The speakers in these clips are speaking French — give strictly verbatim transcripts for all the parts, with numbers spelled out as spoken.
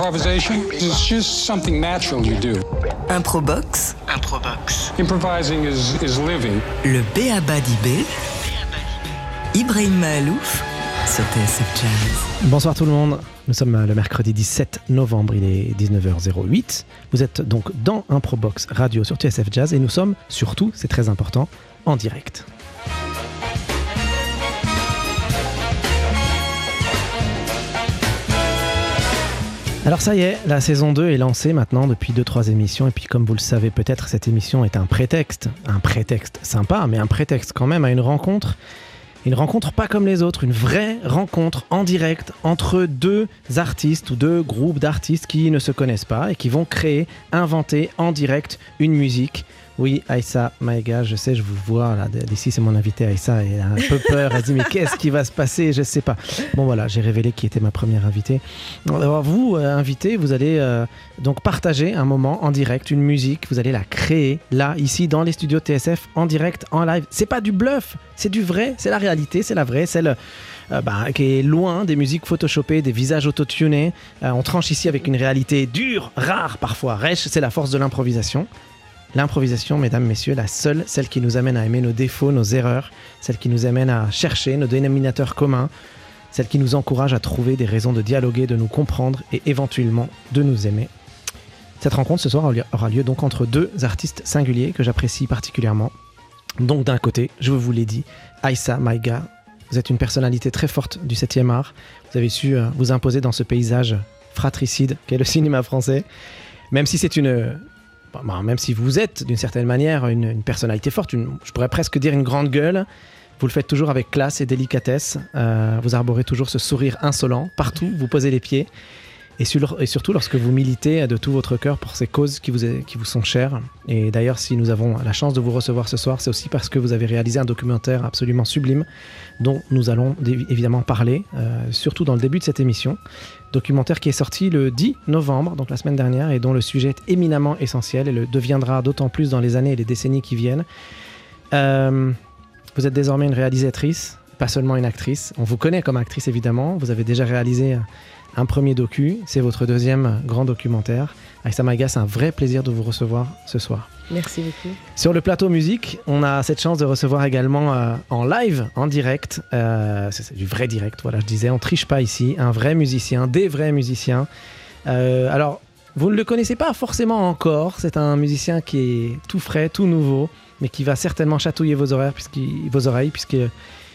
Improvisation is just something natural you do. Improbox. Improbox. Improvising is, is living. Le B.A.B.A. d'I B. Ibrahim Mahalouf sur T S F Jazz. Bonsoir tout le monde. Nous sommes le mercredi dix-sept novembre, il est dix-neuf heures zéro huit. Vous êtes donc dans Improbox Radio sur T S F Jazz et nous sommes surtout, c'est très important, en direct. Alors ça y est, la saison deux est lancée maintenant depuis deux trois émissions et puis comme vous le savez peut-être, cette émission est un prétexte, un prétexte sympa, mais un prétexte quand même à une rencontre. Une rencontre pas comme les autres, une vraie rencontre en direct entre deux artistes ou deux groupes d'artistes qui ne se connaissent pas et qui vont créer, inventer en direct une musique. Oui, Aïssa Maïga, je sais, je vous vois là, d'ici c'est mon invité Aïssa, elle a un peu peur, elle se dit mais qu'est-ce qui va se passer, je sais pas. Bon voilà, j'ai révélé qui était ma première invitée. Alors vous, euh, invité, vous allez euh, donc partager un moment en direct, une musique, vous allez la créer là, ici dans les studios T S F, en direct, en live. C'est pas du bluff, c'est du vrai, c'est la réalité, c'est la vraie, celle euh, bah, qui est loin des musiques photoshopées, des visages autotunés. Euh, on tranche ici avec une réalité dure, rare parfois, rêche, c'est la force de l'improvisation. L'improvisation, mesdames, messieurs, la seule, celle qui nous amène à aimer nos défauts, nos erreurs, celle qui nous amène à chercher nos dénominateurs communs, celle qui nous encourage à trouver des raisons de dialoguer, de nous comprendre et éventuellement de nous aimer. Cette rencontre ce soir aura lieu donc entre deux artistes singuliers que j'apprécie particulièrement. Donc d'un côté, je vous l'ai dit, Aïssa Maïga, vous êtes une personnalité très forte du septième art. Vous avez su euh, vous imposer dans ce paysage fratricide qu'est le cinéma français, même si c'est une... Bon, même si vous êtes d'une certaine manière une, une personnalité forte, une, je pourrais presque dire une grande gueule, vous le faites toujours avec classe et délicatesse, euh, vous arborez toujours ce sourire insolent, partout vous posez les pieds, et, sur, et surtout lorsque vous militez de tout votre cœur pour ces causes qui vous, est, qui vous sont chères. Et d'ailleurs, si nous avons la chance de vous recevoir ce soir, c'est aussi parce que vous avez réalisé un documentaire absolument sublime, dont nous allons évidemment parler, euh, surtout dans le début de cette émission. Documentaire qui est sorti le dix novembre, donc la semaine dernière, et dont le sujet est éminemment essentiel et le deviendra d'autant plus dans les années et les décennies qui viennent. Euh, vous êtes désormais une réalisatrice, pas seulement une actrice. On vous connaît comme actrice évidemment, vous avez déjà réalisé un premier docu, c'est votre deuxième grand documentaire. Aïssa Maïga, c'est un vrai plaisir de vous recevoir ce soir. Merci beaucoup. Sur le plateau musique, on a cette chance de recevoir également euh, en live, en direct, euh, c'est, c'est du vrai direct, voilà, je disais, on triche pas ici, un vrai musicien, des vrais musiciens. Euh, alors, vous ne le connaissez pas forcément encore, c'est un musicien qui est tout frais, tout nouveau, mais qui va certainement chatouiller vos oreilles, puisqu'il, vos oreilles, puisqu'il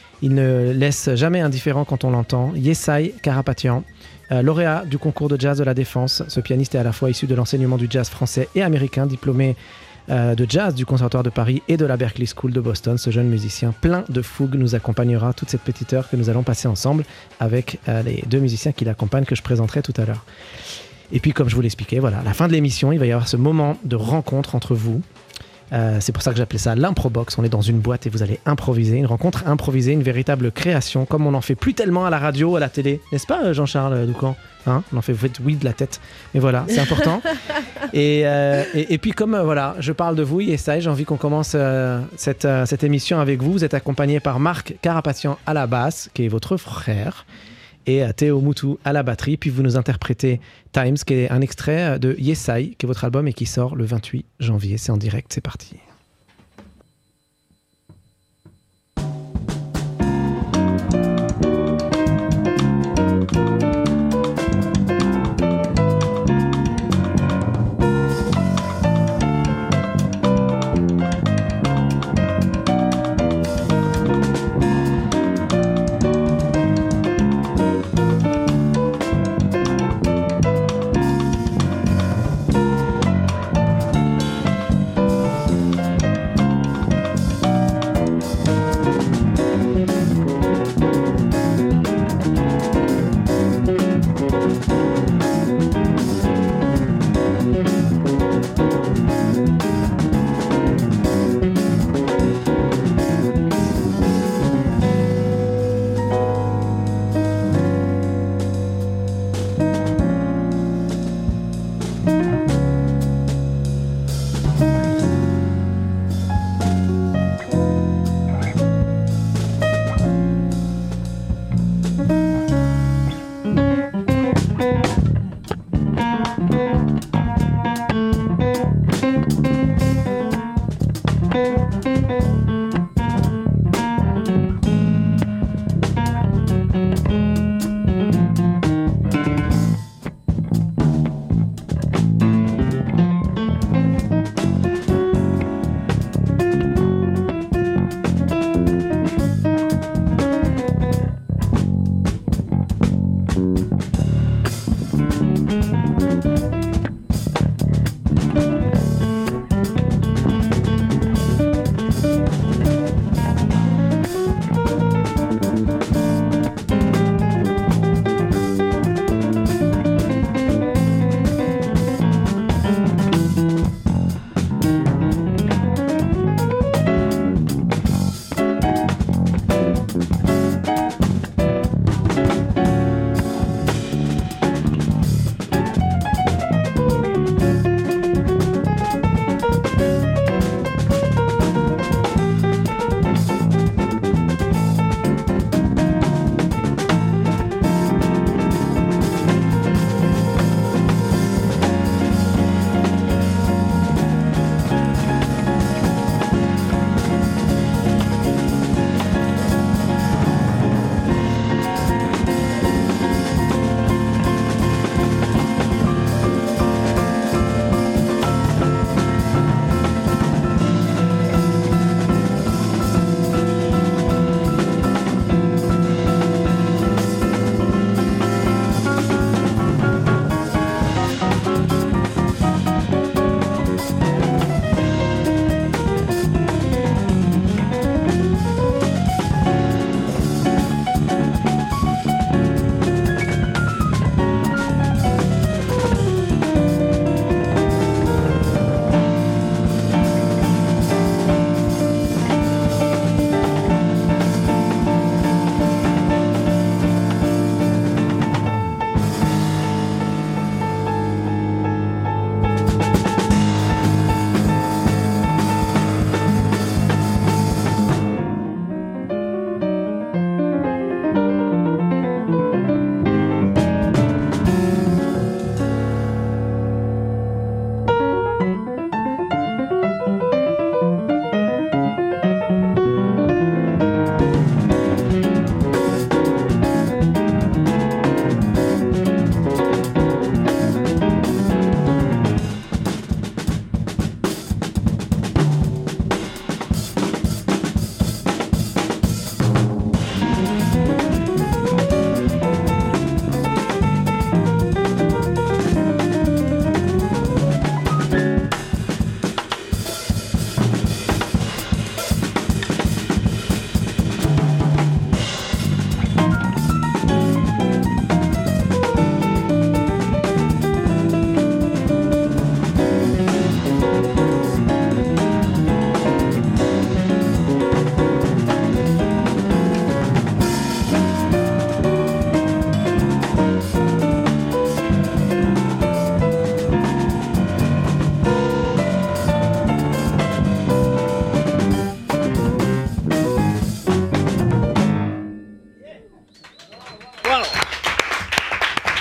ne laisse jamais indifférent quand on l'entend. Yesai Karapatian. Euh, lauréat du concours de jazz de la Défense, ce pianiste est à la fois issu de l'enseignement du jazz français et américain, diplômé euh, de jazz du Conservatoire de Paris et de la Berklee School de Boston. Ce jeune musicien plein de fougue nous accompagnera toute cette petite heure que nous allons passer ensemble avec euh, les deux musiciens qui l'accompagnent que je présenterai tout à l'heure. Et puis comme je vous l'expliquais, voilà, à la fin de l'émission, il va y avoir ce moment de rencontre entre vous. Euh, c'est pour ça que j'appelais ça l'improbox. On est dans une boîte et vous allez improviser, une rencontre improvisée, une véritable création, comme on n'en fait plus tellement à la radio, à la télé, n'est-ce pas Jean-Charles Doucan, hein, on en fait, vous faites oui de la tête, mais voilà, c'est important. et, euh, et, et puis comme euh, voilà, je parle de vous, Yesai, j'ai envie qu'on commence euh, cette, euh, cette émission avec vous. Vous êtes accompagné par Marc Karapatian à la basse, qui est votre frère, et Théo Moutou à la batterie. Puis vous nous interprétez Times, qui est un extrait de Yesai, qui est votre album et qui sort le vingt-huit janvier. C'est en direct, c'est parti.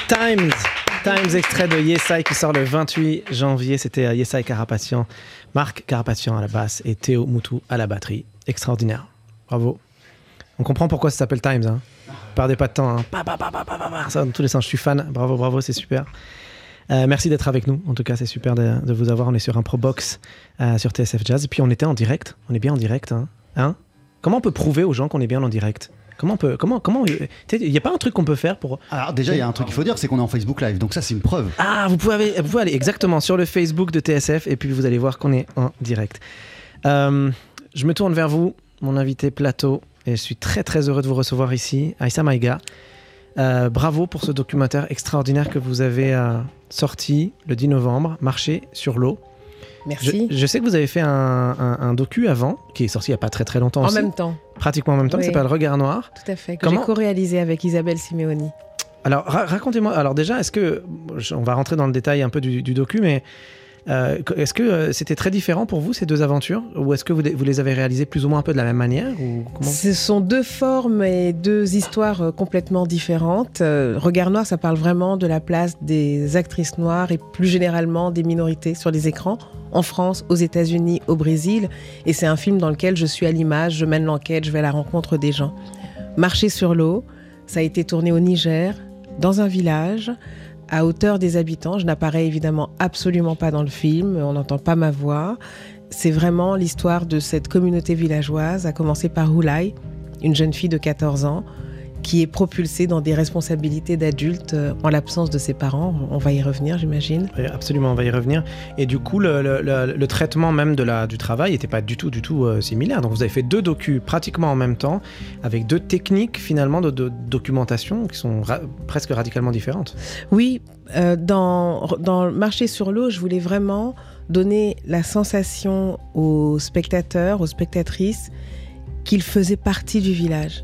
Times, Times, extrait de Yesai qui sort le vingt-huit janvier. C'était Yesai Karapatian, Marc Karapatian à la basse et Théo Moutou à la batterie. Extraordinaire. Bravo. On comprend pourquoi ça s'appelle Times. Hein. Perdez pas de temps. Hein. Pa, pa, pa, pa, pa, pa. Ça, dans tous les sens, je suis fan. Bravo, bravo, c'est super. Euh, merci d'être avec nous. En tout cas, c'est super de, de vous avoir. On est sur Improbox euh, sur T S F Jazz. Et puis, on était en direct. On est bien en direct. Hein. Hein Comment on peut prouver aux gens qu'on est bien en direct ? Comment on peut, comment, comment, il n'y a pas un truc qu'on peut faire pour... Alors déjà, il y a un truc qu'il faut dire, c'est qu'on est en Facebook Live, donc ça, c'est une preuve. Ah, vous pouvez, aller, vous pouvez aller exactement sur le Facebook de T S F et puis vous allez voir qu'on est en direct. Euh, je me tourne vers vous, mon invité plateau, et je suis très très heureux de vous recevoir ici, Aïssa Maïga. Euh, bravo pour ce documentaire extraordinaire que vous avez euh, sorti le dix novembre, Marcher sur l'eau. Merci. Je, je sais que vous avez fait un, un, un docu avant, qui est sorti il n'y a pas très très longtemps en aussi. En même temps. Pratiquement en même temps, oui. Qui s'appelle Regard Noir. Tout à fait, que Comment... j'ai co-réalisé avec Isabelle Simeoni. Alors, ra- racontez-moi, alors déjà, est-ce que, on va rentrer dans le détail un peu du, du docu, mais euh, est-ce que euh, c'était très différent pour vous, ces deux aventures ? Ou est-ce que vous, vous les avez réalisées plus ou moins un peu de la même manière ou comment... Ce sont deux formes et deux histoires euh, complètement différentes. Euh, Regard Noir, ça parle vraiment de la place des actrices noires et plus généralement des minorités sur les écrans, en France, aux États-Unis, au Brésil. Et c'est un film dans lequel je suis à l'image, je mène l'enquête, je vais à la rencontre des gens. Marcher sur l'eau, ça a été tourné au Niger, dans un village, à hauteur des habitants. Je n'apparais évidemment absolument pas dans le film, on n'entend pas ma voix. C'est vraiment l'histoire de cette communauté villageoise, à commencer par Houlay, une jeune fille de quatorze ans, qui est propulsée dans des responsabilités d'adulte en l'absence de ses parents. On va y revenir, j'imagine. Oui, absolument, on va y revenir. Et du coup, le, le, le, le traitement même de la, du travail n'était pas du tout, du tout euh, similaire. Donc vous avez fait deux docus pratiquement en même temps, avec deux techniques finalement de, de documentation qui sont ra- presque radicalement différentes. Oui, euh, dans, dans Marcher sur l'eau, je voulais vraiment donner la sensation aux spectateurs, aux spectatrices, qu'ils faisaient partie du village.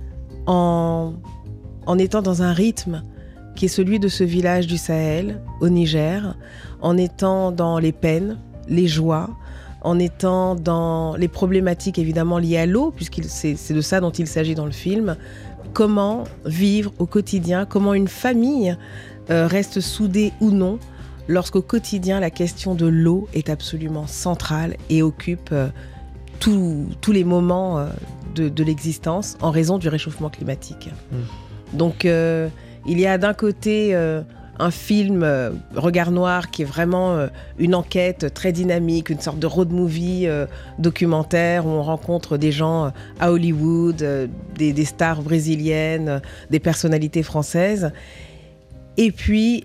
En, en étant dans un rythme qui est celui de ce village du Sahel, au Niger, en étant dans les peines, les joies, en étant dans les problématiques évidemment liées à l'eau, puisque c'est, c'est de ça dont il s'agit dans le film, comment vivre au quotidien, comment une famille euh, reste soudée ou non, lorsqu'au quotidien la question de l'eau est absolument centrale et occupe euh, tous, tous les moments euh, De, de l'existence en raison du réchauffement climatique. Mmh. Donc, euh, il y a d'un côté euh, un film euh, Regard Noir qui est vraiment euh, une enquête très dynamique, une sorte de road movie euh, documentaire où on rencontre des gens euh, à Hollywood, euh, des, des stars brésiliennes, euh, des personnalités françaises. Et puis,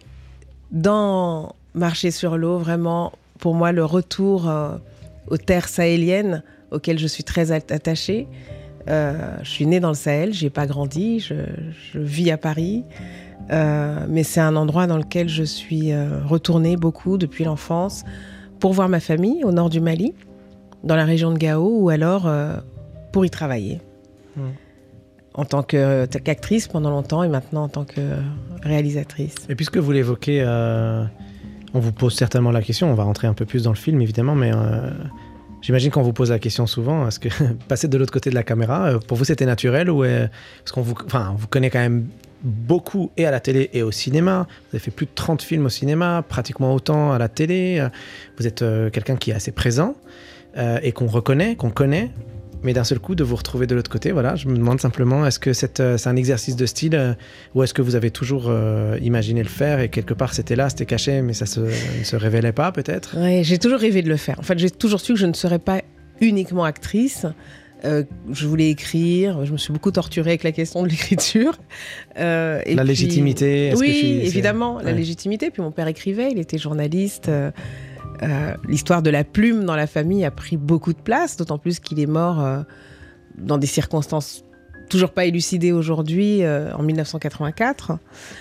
dans Marcher sur l'eau, vraiment, pour moi, le retour euh, aux terres sahéliennes auquel je suis très attachée. Euh, je suis née dans le Sahel, j'y ai pas grandi, je, je vis à Paris, euh, mais c'est un endroit dans lequel je suis euh, retournée beaucoup depuis l'enfance pour voir ma famille au nord du Mali, dans la région de Gao, ou alors euh, pour y travailler. Mmh. En tant que, qu'actrice pendant longtemps et maintenant en tant que réalisatrice. Et puisque vous l'évoquez, euh, on vous pose certainement la question, on va rentrer un peu plus dans le film évidemment, mais... Euh... J'imagine qu'on vous pose la question souvent, est-ce que passer de l'autre côté de la caméra, pour vous c'était naturel ou est... Parce qu'on vous, enfin, on vous connaît quand même beaucoup et à la télé et au cinéma. Vous avez fait plus de trente films au cinéma, pratiquement autant à la télé. Vous êtes euh, quelqu'un qui est assez présent euh, et qu'on reconnaît, qu'on connaît. Mais d'un seul coup, de vous retrouver de l'autre côté, voilà, je me demande simplement, est-ce que c'est, euh, c'est un exercice de style euh, ou est-ce que vous avez toujours euh, imaginé le faire et quelque part c'était là, c'était caché, mais ça se, ne se révélait pas peut-être ? Oui, j'ai toujours rêvé de le faire. En fait, j'ai toujours su que je ne serais pas uniquement actrice. Euh, je voulais écrire, je me suis beaucoup torturée avec la question de l'écriture. Euh, et la puis... légitimité, est-ce oui, que je suis... évidemment, c'est... la ouais. légitimité. Puis mon père écrivait, il était journaliste. Euh, euh, l'histoire de la plume dans la famille a pris beaucoup de place, d'autant plus qu'il est mort euh, dans des circonstances toujours pas élucidées aujourd'hui, euh, en dix-neuf cent quatre-vingt-quatre.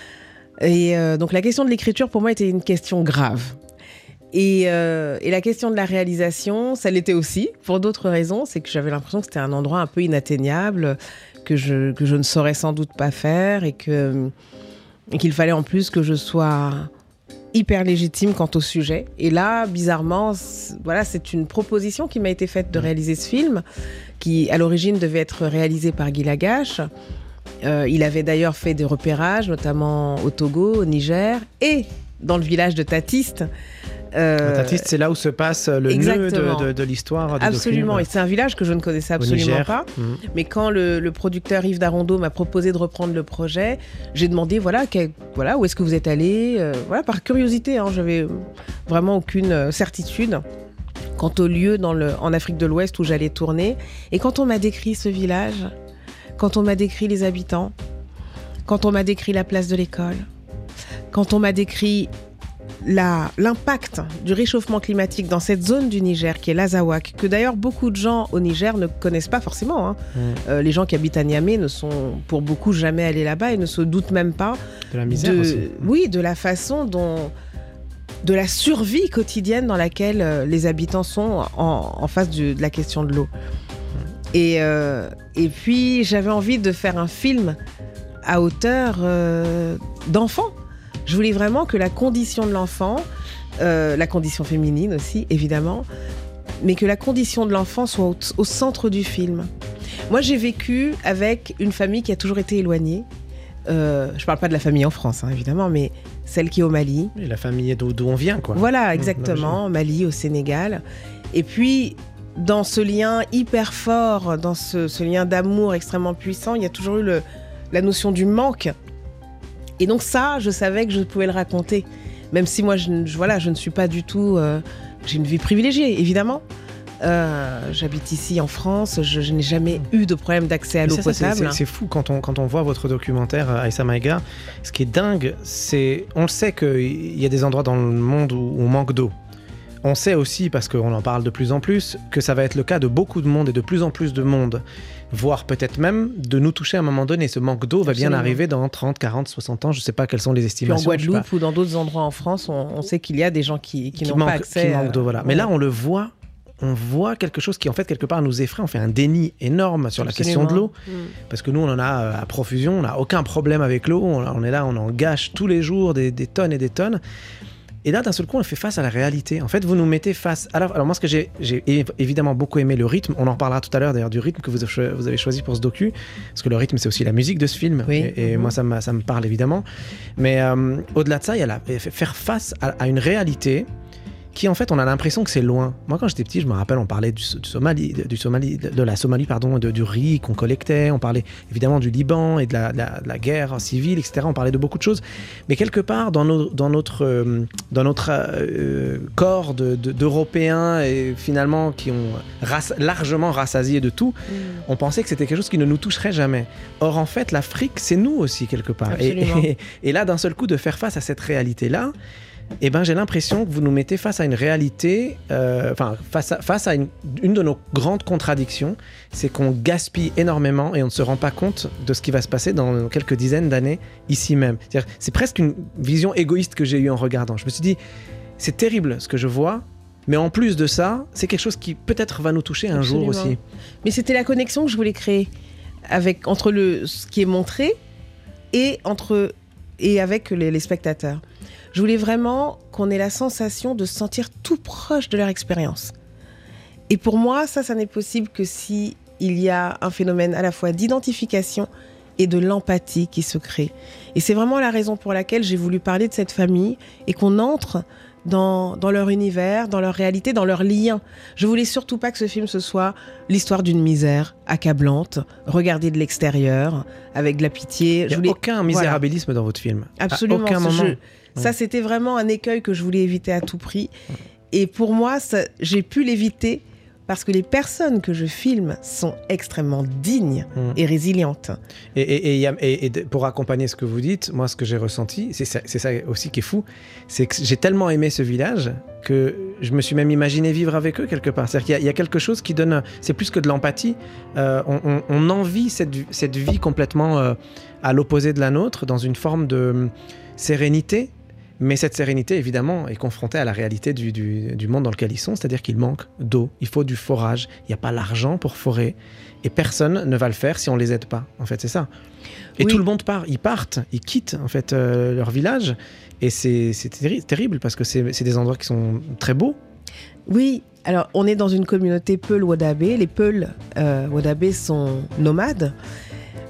Et euh, donc la question de l'écriture, pour moi, était une question grave. Et, euh, et la question de la réalisation, ça l'était aussi, pour d'autres raisons. C'est que j'avais l'impression que c'était un endroit un peu inatteignable, que je, que je ne saurais sans doute pas faire, et, que, et qu'il fallait en plus que je sois hyper légitime quant au sujet. Et là, bizarrement, c'est, voilà, c'est une proposition qui m'a été faite de réaliser ce film, qui à l'origine devait être réalisé par Guy Lagache. Euh, il avait d'ailleurs fait des repérages, notamment au Togo, au Niger et dans le village de Tatiste. Euh, Tatiste, c'est là où se passe le exactement. nœud de, de, de l'histoire du Absolument, docu. Et c'est un village que je ne connaissais absolument pas. Mmh. Mais quand le, le producteur Yves Darondeau m'a proposé de reprendre le projet, j'ai demandé voilà, quel, voilà, où est-ce que vous êtes allé euh, voilà, par curiosité, hein, j'avais vraiment aucune certitude quant au lieu dans le, en Afrique de l'Ouest où j'allais tourner. Et quand on m'a décrit ce village, quand on m'a décrit les habitants, quand on m'a décrit la place de l'école, quand on m'a décrit La, l'impact du réchauffement climatique dans cette zone du Niger qui est l'Azawak, que d'ailleurs beaucoup de gens au Niger ne connaissent pas forcément. Hein. Mmh. Euh, les gens qui habitent à Niamey ne sont pour beaucoup jamais allés là-bas et ne se doutent même pas de la misère de, aussi. Oui, de la façon dont, de la survie quotidienne dans laquelle euh, les habitants sont en, en face du, de la question de l'eau. Mmh. Et, euh, et puis j'avais envie de faire un film à hauteur euh, d'enfants. Je voulais vraiment que la condition de l'enfant, euh, la condition féminine aussi, évidemment, mais que la condition de l'enfant soit au, au centre du film. Moi, j'ai vécu avec une famille qui a toujours été éloignée. Euh, je ne parle pas de la famille en France, hein, évidemment, mais celle qui est au Mali. Et la famille d'où, d'où on vient, quoi. Voilà, exactement, Mali, au Sénégal. Et puis, dans ce lien hyper fort, dans ce, ce lien d'amour extrêmement puissant, il y a toujours eu le, la notion du manque. Et donc ça, je savais que je pouvais le raconter. Même si moi, je, je, voilà, je ne suis pas du tout... Euh, j'ai une vie privilégiée, évidemment. Euh, j'habite ici en France, je, je n'ai jamais eu de problème d'accès à l'eau ça, potable. C'est, c'est, c'est fou quand on, quand on voit votre documentaire Aïssa Maïga. Ce qui est dingue, c'est... On le sait qu'il y a des endroits dans le monde où on manque d'eau. On sait aussi, parce qu'on en parle de plus en plus, que ça va être le cas de beaucoup de monde et de plus en plus de monde, voire peut-être même de nous toucher à un moment donné. Ce manque d'eau va Absolument. bien arriver dans trente, quarante, soixante ans, je ne sais pas quelles sont les estimations. Puis en Guadeloupe ou dans d'autres endroits en France, on, on sait qu'il y a des gens qui, qui, qui n'ont manque, pas accès. Qui manquent d'eau, voilà. Ouais. Mais là, on le voit, on voit quelque chose qui en fait quelque part nous effraie, on fait un déni énorme sur Absolument. la question de l'eau, mmh. parce que nous on en a à profusion, on n'a aucun problème avec l'eau, on, on est là, on en gâche tous les jours des, des tonnes et des tonnes. Et là, d'un seul coup, on fait face à la réalité. En fait, vous nous mettez face... Alors, alors moi, ce que j'ai, j'ai évidemment beaucoup aimé le rythme. On en reparlera tout à l'heure, d'ailleurs, du rythme que vous avez choisi pour ce docu. Parce que le rythme, c'est aussi la musique de ce film. Oui. Et, et mmh. moi, ça me, ça me parle, évidemment. Mais euh, au-delà de ça, il y a la, faire face à, à une réalité qui, en fait, on a l'impression que c'est loin. Moi, quand j'étais petit, je me rappelle, on parlait du, du Somalie, du Somalie, de la Somalie, pardon, de, du riz qu'on collectait. On parlait évidemment du Liban et de la, de la, de la guerre civile, et cetera. On parlait de beaucoup de choses. Mais quelque part, dans, nos, dans notre, euh, dans notre euh, corps de, de, d'Européens, et finalement, qui ont rass- largement rassasié de tout, mmh. on pensait que c'était quelque chose qui ne nous toucherait jamais. Or, en fait, l'Afrique, c'est nous aussi, quelque part. Et, et, et là, d'un seul coup, de faire face à cette réalité-là, eh ben, j'ai l'impression que vous nous mettez face à une réalité, euh, enfin, face à, face à une, une de nos grandes contradictions, c'est qu'on gaspille énormément et on ne se rend pas compte de ce qui va se passer dans quelques dizaines d'années ici même. C'est-à-dire, c'est presque une vision égoïste que j'ai eue en regardant. Je me suis dit, c'est terrible ce que je vois, mais en plus de ça, c'est quelque chose qui peut-être va nous toucher un Absolument. jour aussi. Mais c'était la connexion que je voulais créer avec, entre le, ce qui est montré et, entre, et avec les, les spectateurs. Je voulais vraiment qu'on ait la sensation de se sentir tout proche de leur expérience. Et pour moi, ça, ça n'est possible que si il y a un phénomène à la fois d'identification et de l'empathie qui se crée. Et c'est vraiment la raison pour laquelle j'ai voulu parler de cette famille et qu'on entre dans, dans leur univers, dans leur réalité, dans leurs liens. Je voulais surtout pas que ce film, ce soit l'histoire d'une misère accablante, regardée de l'extérieur, avec de la pitié. Il n'y a je voulais... aucun misérabilisme voilà. dans votre film. Absolument. À aucun moment. Jeu. Ça, c'était vraiment un écueil que je voulais éviter à tout prix. Et pour moi, ça, j'ai pu l'éviter parce que les personnes que je filme sont extrêmement dignes mmh. et résilientes. Et, et, et, et, et pour accompagner ce que vous dites, moi, ce que j'ai ressenti, c'est ça, c'est ça aussi qui est fou, c'est que j'ai tellement aimé ce village que je me suis même imaginé vivre avec eux quelque part. C'est-à-dire qu'il y a, il y a quelque chose qui donne... C'est plus que de l'empathie. Euh, on, on, on envie cette, cette vie complètement euh, à l'opposé de la nôtre, dans une forme de sérénité. Mais cette sérénité, évidemment, est confrontée à la réalité du, du, du monde dans lequel ils sont, c'est-à-dire qu'il manque d'eau, il faut du forage, il n'y a pas l'argent pour forer, et personne ne va le faire si on ne les aide pas. En fait, c'est ça. Et oui. tout le monde part, ils partent, ils quittent en fait euh, leur village, et c'est, c'est terri- terrible parce que c'est, c'est des endroits qui sont très beaux. Oui, alors on est dans une communauté Peul Wodabé. Les Peuls euh, Wodabé sont nomades.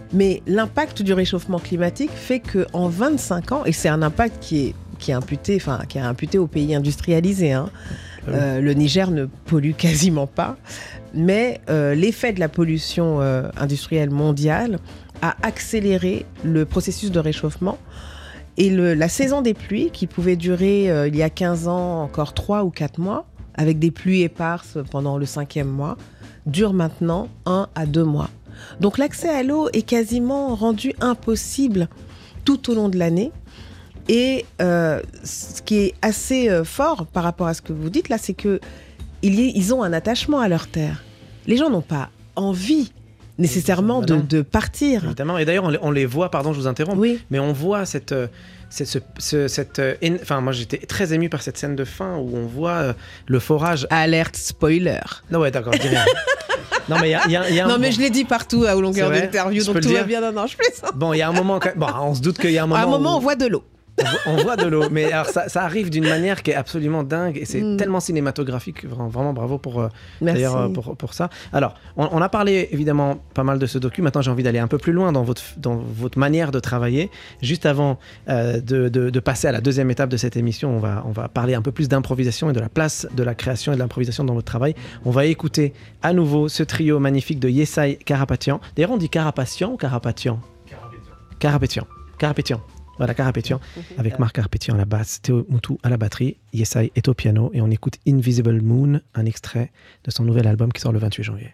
Mais l'impact du réchauffement climatique fait qu'en vingt-cinq ans, et c'est un impact qui est, qui est, imputé, enfin, qui est imputé aux pays industrialisés, hein, Ah oui. euh, le Niger ne pollue quasiment pas, mais euh, l'effet de la pollution euh, industrielle mondiale a accéléré le processus de réchauffement. Et le, la saison des pluies, qui pouvait durer euh, il y a quinze ans encore trois ou quatre mois, avec des pluies éparses pendant le cinquième mois, dure maintenant un à deux mois. Donc l'accès à l'eau est quasiment rendu impossible tout au long de l'année. Et euh, ce qui est assez euh, fort par rapport à ce que vous dites là, c'est qu'ils ils ont un attachement à leur terre. Les gens n'ont pas envie nécessairement Bah de, non. de partir. Évidemment. Et d'ailleurs, on les, on les voit, pardon, je vous interromps, Oui. mais on voit cette. euh, cette, ce- ce- cette euh, en- enfin, moi j'étais très ému par cette scène de fin où on voit euh, le forage. Alerte spoiler. Non, ouais, d'accord, je dis rien. Non, mais il y a, il y a- il y a un Non, mais bon- je l'ai dit partout à longueur C'est vrai d'interview, Je donc peux tout le va dire bien. Non, non, je plaisante. Bon, il y a un moment. quand- Bon, on se doute qu'il y a un moment. À un moment, où- on voit de l'eau. on voit, on voit de l'eau, mais alors ça, ça arrive d'une manière qui est absolument dingue et c'est Mm. tellement cinématographique. Vraiment, vraiment bravo pour, euh, Merci. d'ailleurs, euh, pour, pour ça. Alors, on, on a parlé évidemment pas mal de ce docu. Maintenant, j'ai envie d'aller un peu plus loin dans votre, dans votre manière de travailler. Juste avant euh, de, de- de passer à la deuxième étape de cette émission, on va, on va parler un peu plus d'improvisation et de la place de la création et de l'improvisation dans votre travail. On va écouter à nouveau ce trio magnifique de Yesai Karapetian. D'ailleurs, on dit Karapatian ou Karapatian Karapetian. Karapetian. Voilà, Karapetian, avec Marc Karapetian à la basse, Théo Moutou à la batterie, Yesai est au piano, et on écoute Invisible Moon, un extrait de son nouvel album qui sort le vingt-huit janvier.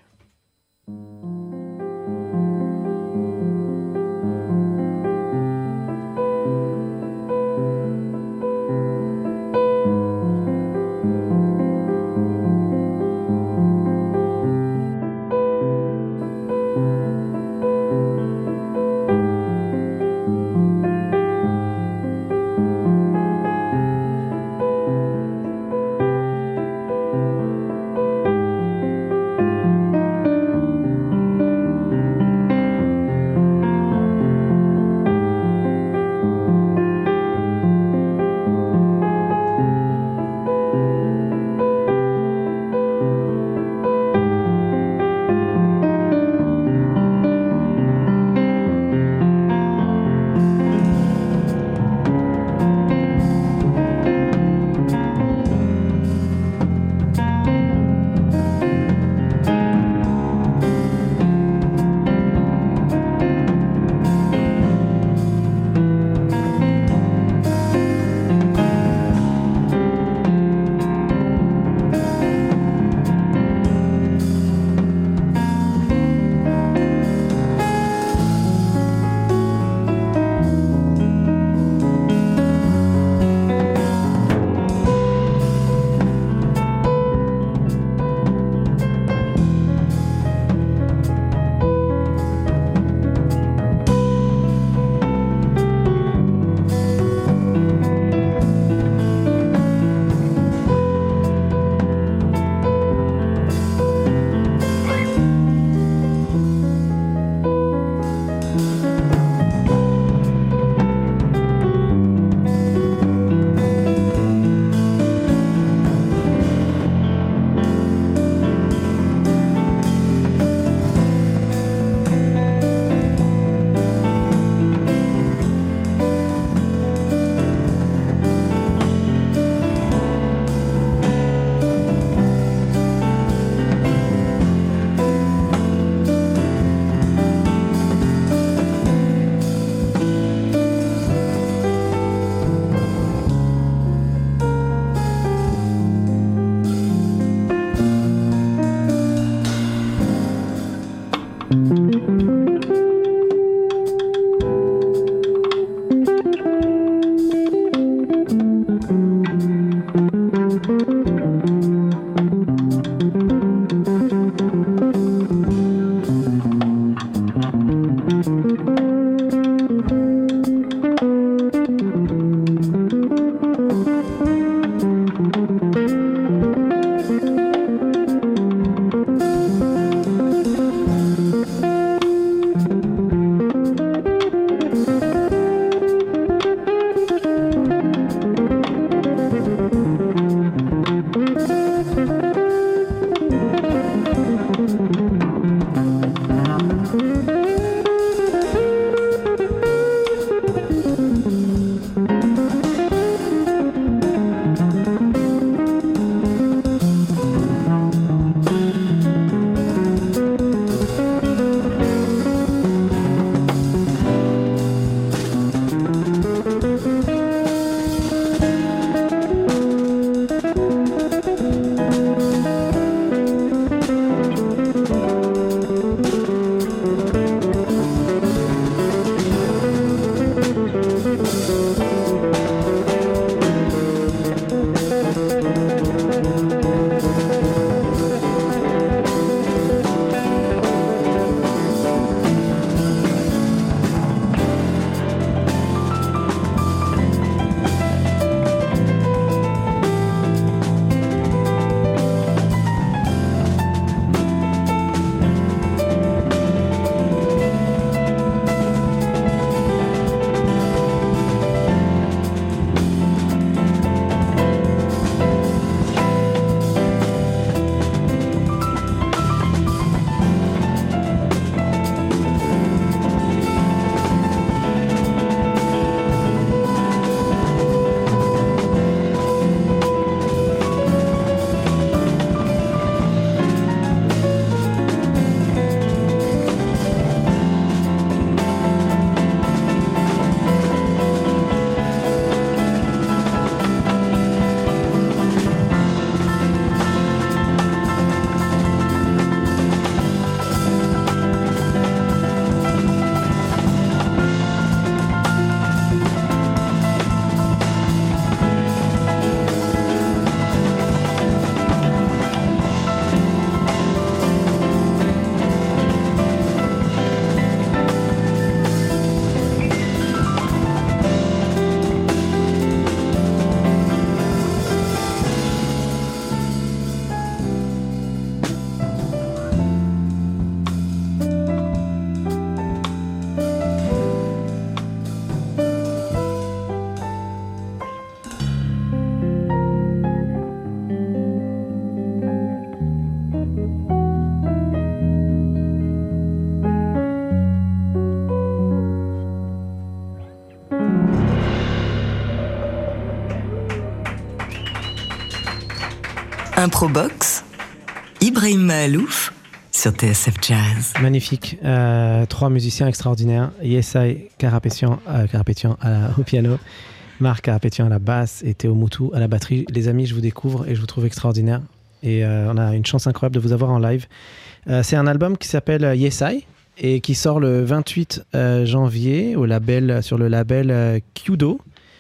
Improbox, Ibrahim Mahalouf sur T S F Jazz. Magnifique. Euh, trois musiciens extraordinaires. Yesai Karapetian, euh, Karapetian à la, au piano, Marc Karapetian à la basse et Théo Moutou à la batterie. Les amis, je vous découvre et je vous trouve extraordinaire. Et euh, on a une chance incroyable de vous avoir en live. Euh, c'est un album qui s'appelle Yesai et qui sort le vingt-huit euh, janvier au label, sur le label euh, Kyudo,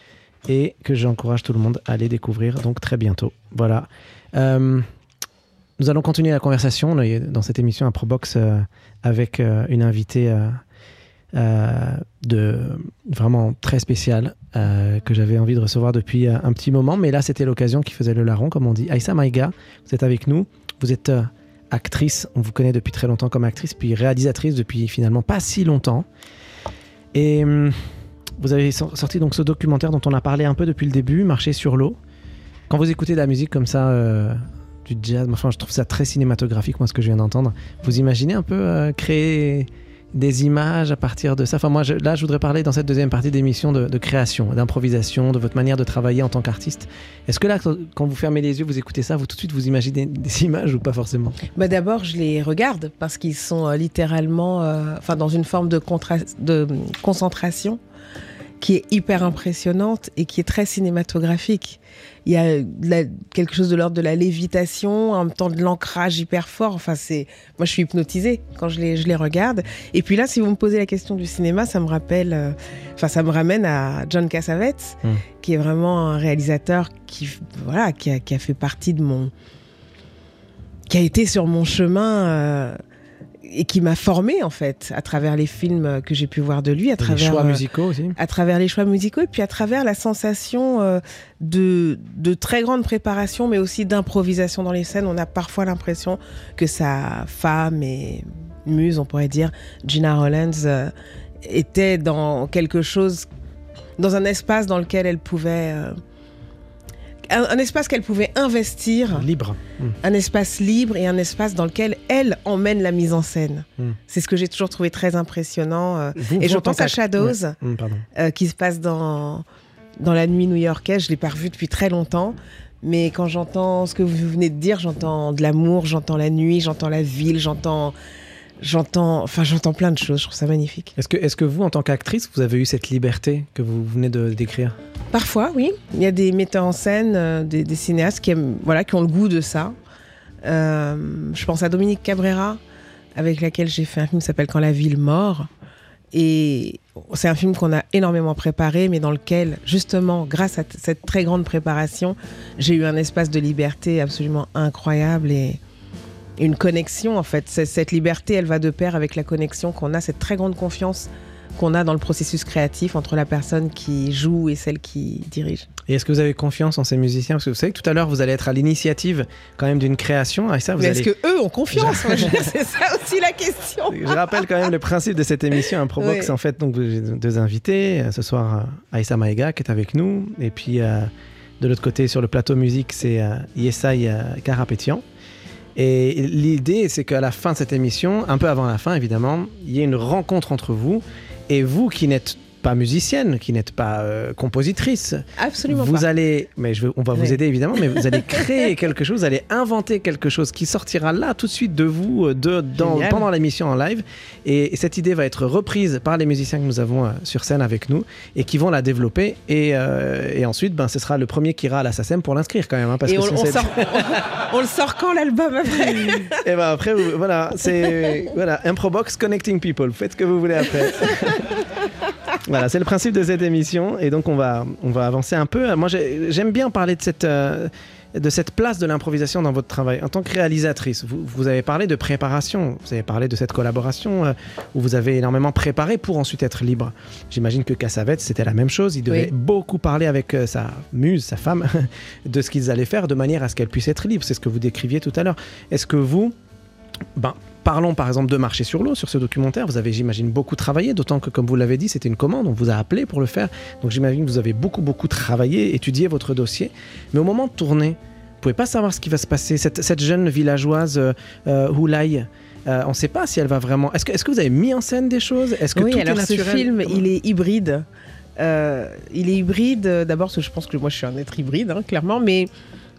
et que j'encourage tout le monde à aller découvrir donc très bientôt. Voilà. Euh, nous allons continuer la conversation dans cette émission Improbox euh, avec euh, une invitée euh, euh, de, vraiment très spéciale euh, que j'avais envie de recevoir depuis euh, un petit moment, mais là c'était l'occasion qui faisait le larron, comme on dit. Aïssa Maïga, vous êtes avec nous, vous êtes euh, actrice, on vous connaît depuis très longtemps comme actrice, puis réalisatrice depuis finalement pas si longtemps. Et hum, vous avez sorti donc ce documentaire dont on a parlé un peu depuis le début, Marcher sur l'eau. Quand vous écoutez de la musique comme ça, euh, du jazz, enfin je trouve ça très cinématographique, moi ce que je viens d'entendre. Vous imaginez un peu euh, créer des images à partir de ça? Enfin moi je, là je voudrais parler dans cette deuxième partie d'émission de, de création, d'improvisation, de votre manière de travailler en tant qu'artiste. Est-ce que là quand vous fermez les yeux, vous écoutez ça, vous tout de suite vous imaginez des images ou pas forcément? Bah d'abord je les regarde parce qu'ils sont euh, littéralement euh, enfin, dans une forme de, contra- de concentration qui est hyper impressionnante et qui est très cinématographique. Il y a la, quelque chose de l'ordre de la lévitation, en même temps de l'ancrage hyper fort. Enfin, c'est... Moi, je suis hypnotisée quand je les, je les regarde. Et puis là, si vous me posez la question du cinéma, ça me rappelle... Euh... Enfin, ça me ramène à John Cassavetes, mmh. qui est vraiment un réalisateur qui, voilà, qui, a, qui a fait partie de mon... qui a été sur mon chemin... Euh... et qui m'a formée en fait à travers les films que j'ai pu voir de lui, à travers les choix musicaux aussi, à travers les choix musicaux et puis à travers la sensation euh, de de très grande préparation, mais aussi d'improvisation dans les scènes. On a parfois l'impression que sa femme et muse, on pourrait dire, Gina Rollins, euh, était dans quelque chose, dans un espace dans lequel elle pouvait euh, Un, un espace qu'elle pouvait investir. Libre. Mmh. Un espace libre et un espace dans lequel elle emmène la mise en scène. Mmh. C'est ce que j'ai toujours trouvé très impressionnant. Euh, vous, et vous je pense à Shadows, ouais. mmh, euh, qui se passe dans, dans la nuit new-yorkaise. Je ne l'ai pas revu depuis très longtemps. Mais quand j'entends ce que vous venez de dire, j'entends de l'amour, j'entends la nuit, j'entends la ville, j'entends... J'entends, enfin, j'entends plein de choses, je trouve ça magnifique. Est-ce que, est-ce que vous, en tant qu'actrice, vous avez eu cette liberté que vous venez de décrire? Parfois, oui. Il y a des metteurs en scène, euh, des, des cinéastes qui, aiment, voilà, qui ont le goût de ça. Euh, je pense à Dominique Cabrera, avec laquelle j'ai fait un film qui s'appelle Quand la ville mord. Et c'est un film qu'on a énormément préparé, mais dans lequel, justement, grâce à t- cette très grande préparation, j'ai eu un espace de liberté absolument incroyable et... une connexion en fait. Cette liberté, elle va de pair avec la connexion qu'on a, cette très grande confiance qu'on a dans le processus créatif entre la personne qui joue et celle qui dirige. Et est-ce que vous avez confiance en ces musiciens? Parce que vous savez que tout à l'heure, vous allez être à l'initiative quand même d'une création. Et ça, vous Mais allez... est-ce qu'eux ont confiance? C'est ça aussi la question. Je rappelle quand même le principe de cette émission Improbox. Oui. En fait, donc, j'ai deux invités. Ce soir, Aïssa Maïga qui est avec nous. Et puis, euh, de l'autre côté, sur le plateau musique, c'est euh, Yesai euh, Karapetian. Et l'idée, c'est qu'à la fin de cette émission, un peu avant la fin évidemment, il y ait une rencontre entre vous et vous qui n'êtes pas musicienne, qui n'êtes pas euh, compositrice. Absolument vous pas. allez, mais je veux, on va vous oui. aider évidemment, mais vous allez créer quelque chose, vous allez inventer quelque chose qui sortira là tout de suite de vous de, dans, pendant l'émission en live. Et, et cette idée va être reprise par les musiciens que nous avons euh, sur scène avec nous et qui vont la développer. Et, euh, et ensuite, ben, ce sera le premier qui ira à la S A C E M pour l'inscrire quand même. Hein, parce et que on, si on, c'est... sort, on, on le sort quand l'album après? Et ben après, vous, voilà, c'est voilà, Improbox Connecting People. Faites ce que vous voulez après. Voilà, c'est le principe de cette émission et donc on va, on va avancer un peu. Moi, j'ai, j'aime bien parler de cette, euh, de cette place de l'improvisation dans votre travail. En tant que réalisatrice, vous, vous avez parlé de préparation, vous avez parlé de cette collaboration euh, où vous avez énormément préparé pour ensuite être libre. J'imagine que Cassavetes, c'était la même chose. Il devait oui. beaucoup parler avec euh, sa muse, sa femme, de ce qu'ils allaient faire de manière à ce qu'elle puisse être libre. C'est ce que vous décriviez tout à l'heure. Est-ce que vous... Ben, parlons par exemple de Marcher sur l'eau sur ce documentaire. Vous avez, j'imagine, beaucoup travaillé, d'autant que, comme vous l'avez dit, c'était une commande. On vous a appelé pour le faire. Donc j'imagine que vous avez beaucoup, beaucoup travaillé, étudié votre dossier. Mais au moment de tourner, vous ne pouvez pas savoir ce qui va se passer. Cette, cette jeune villageoise, euh, Houlaï, euh, on ne sait pas si elle va vraiment... Est-ce que, est-ce que vous avez mis en scène des choses? Est-ce que oui, tout alors est naturel? ce film, il est hybride. Euh, il est hybride, d'abord parce que je pense que moi je suis un être hybride, hein, clairement, mais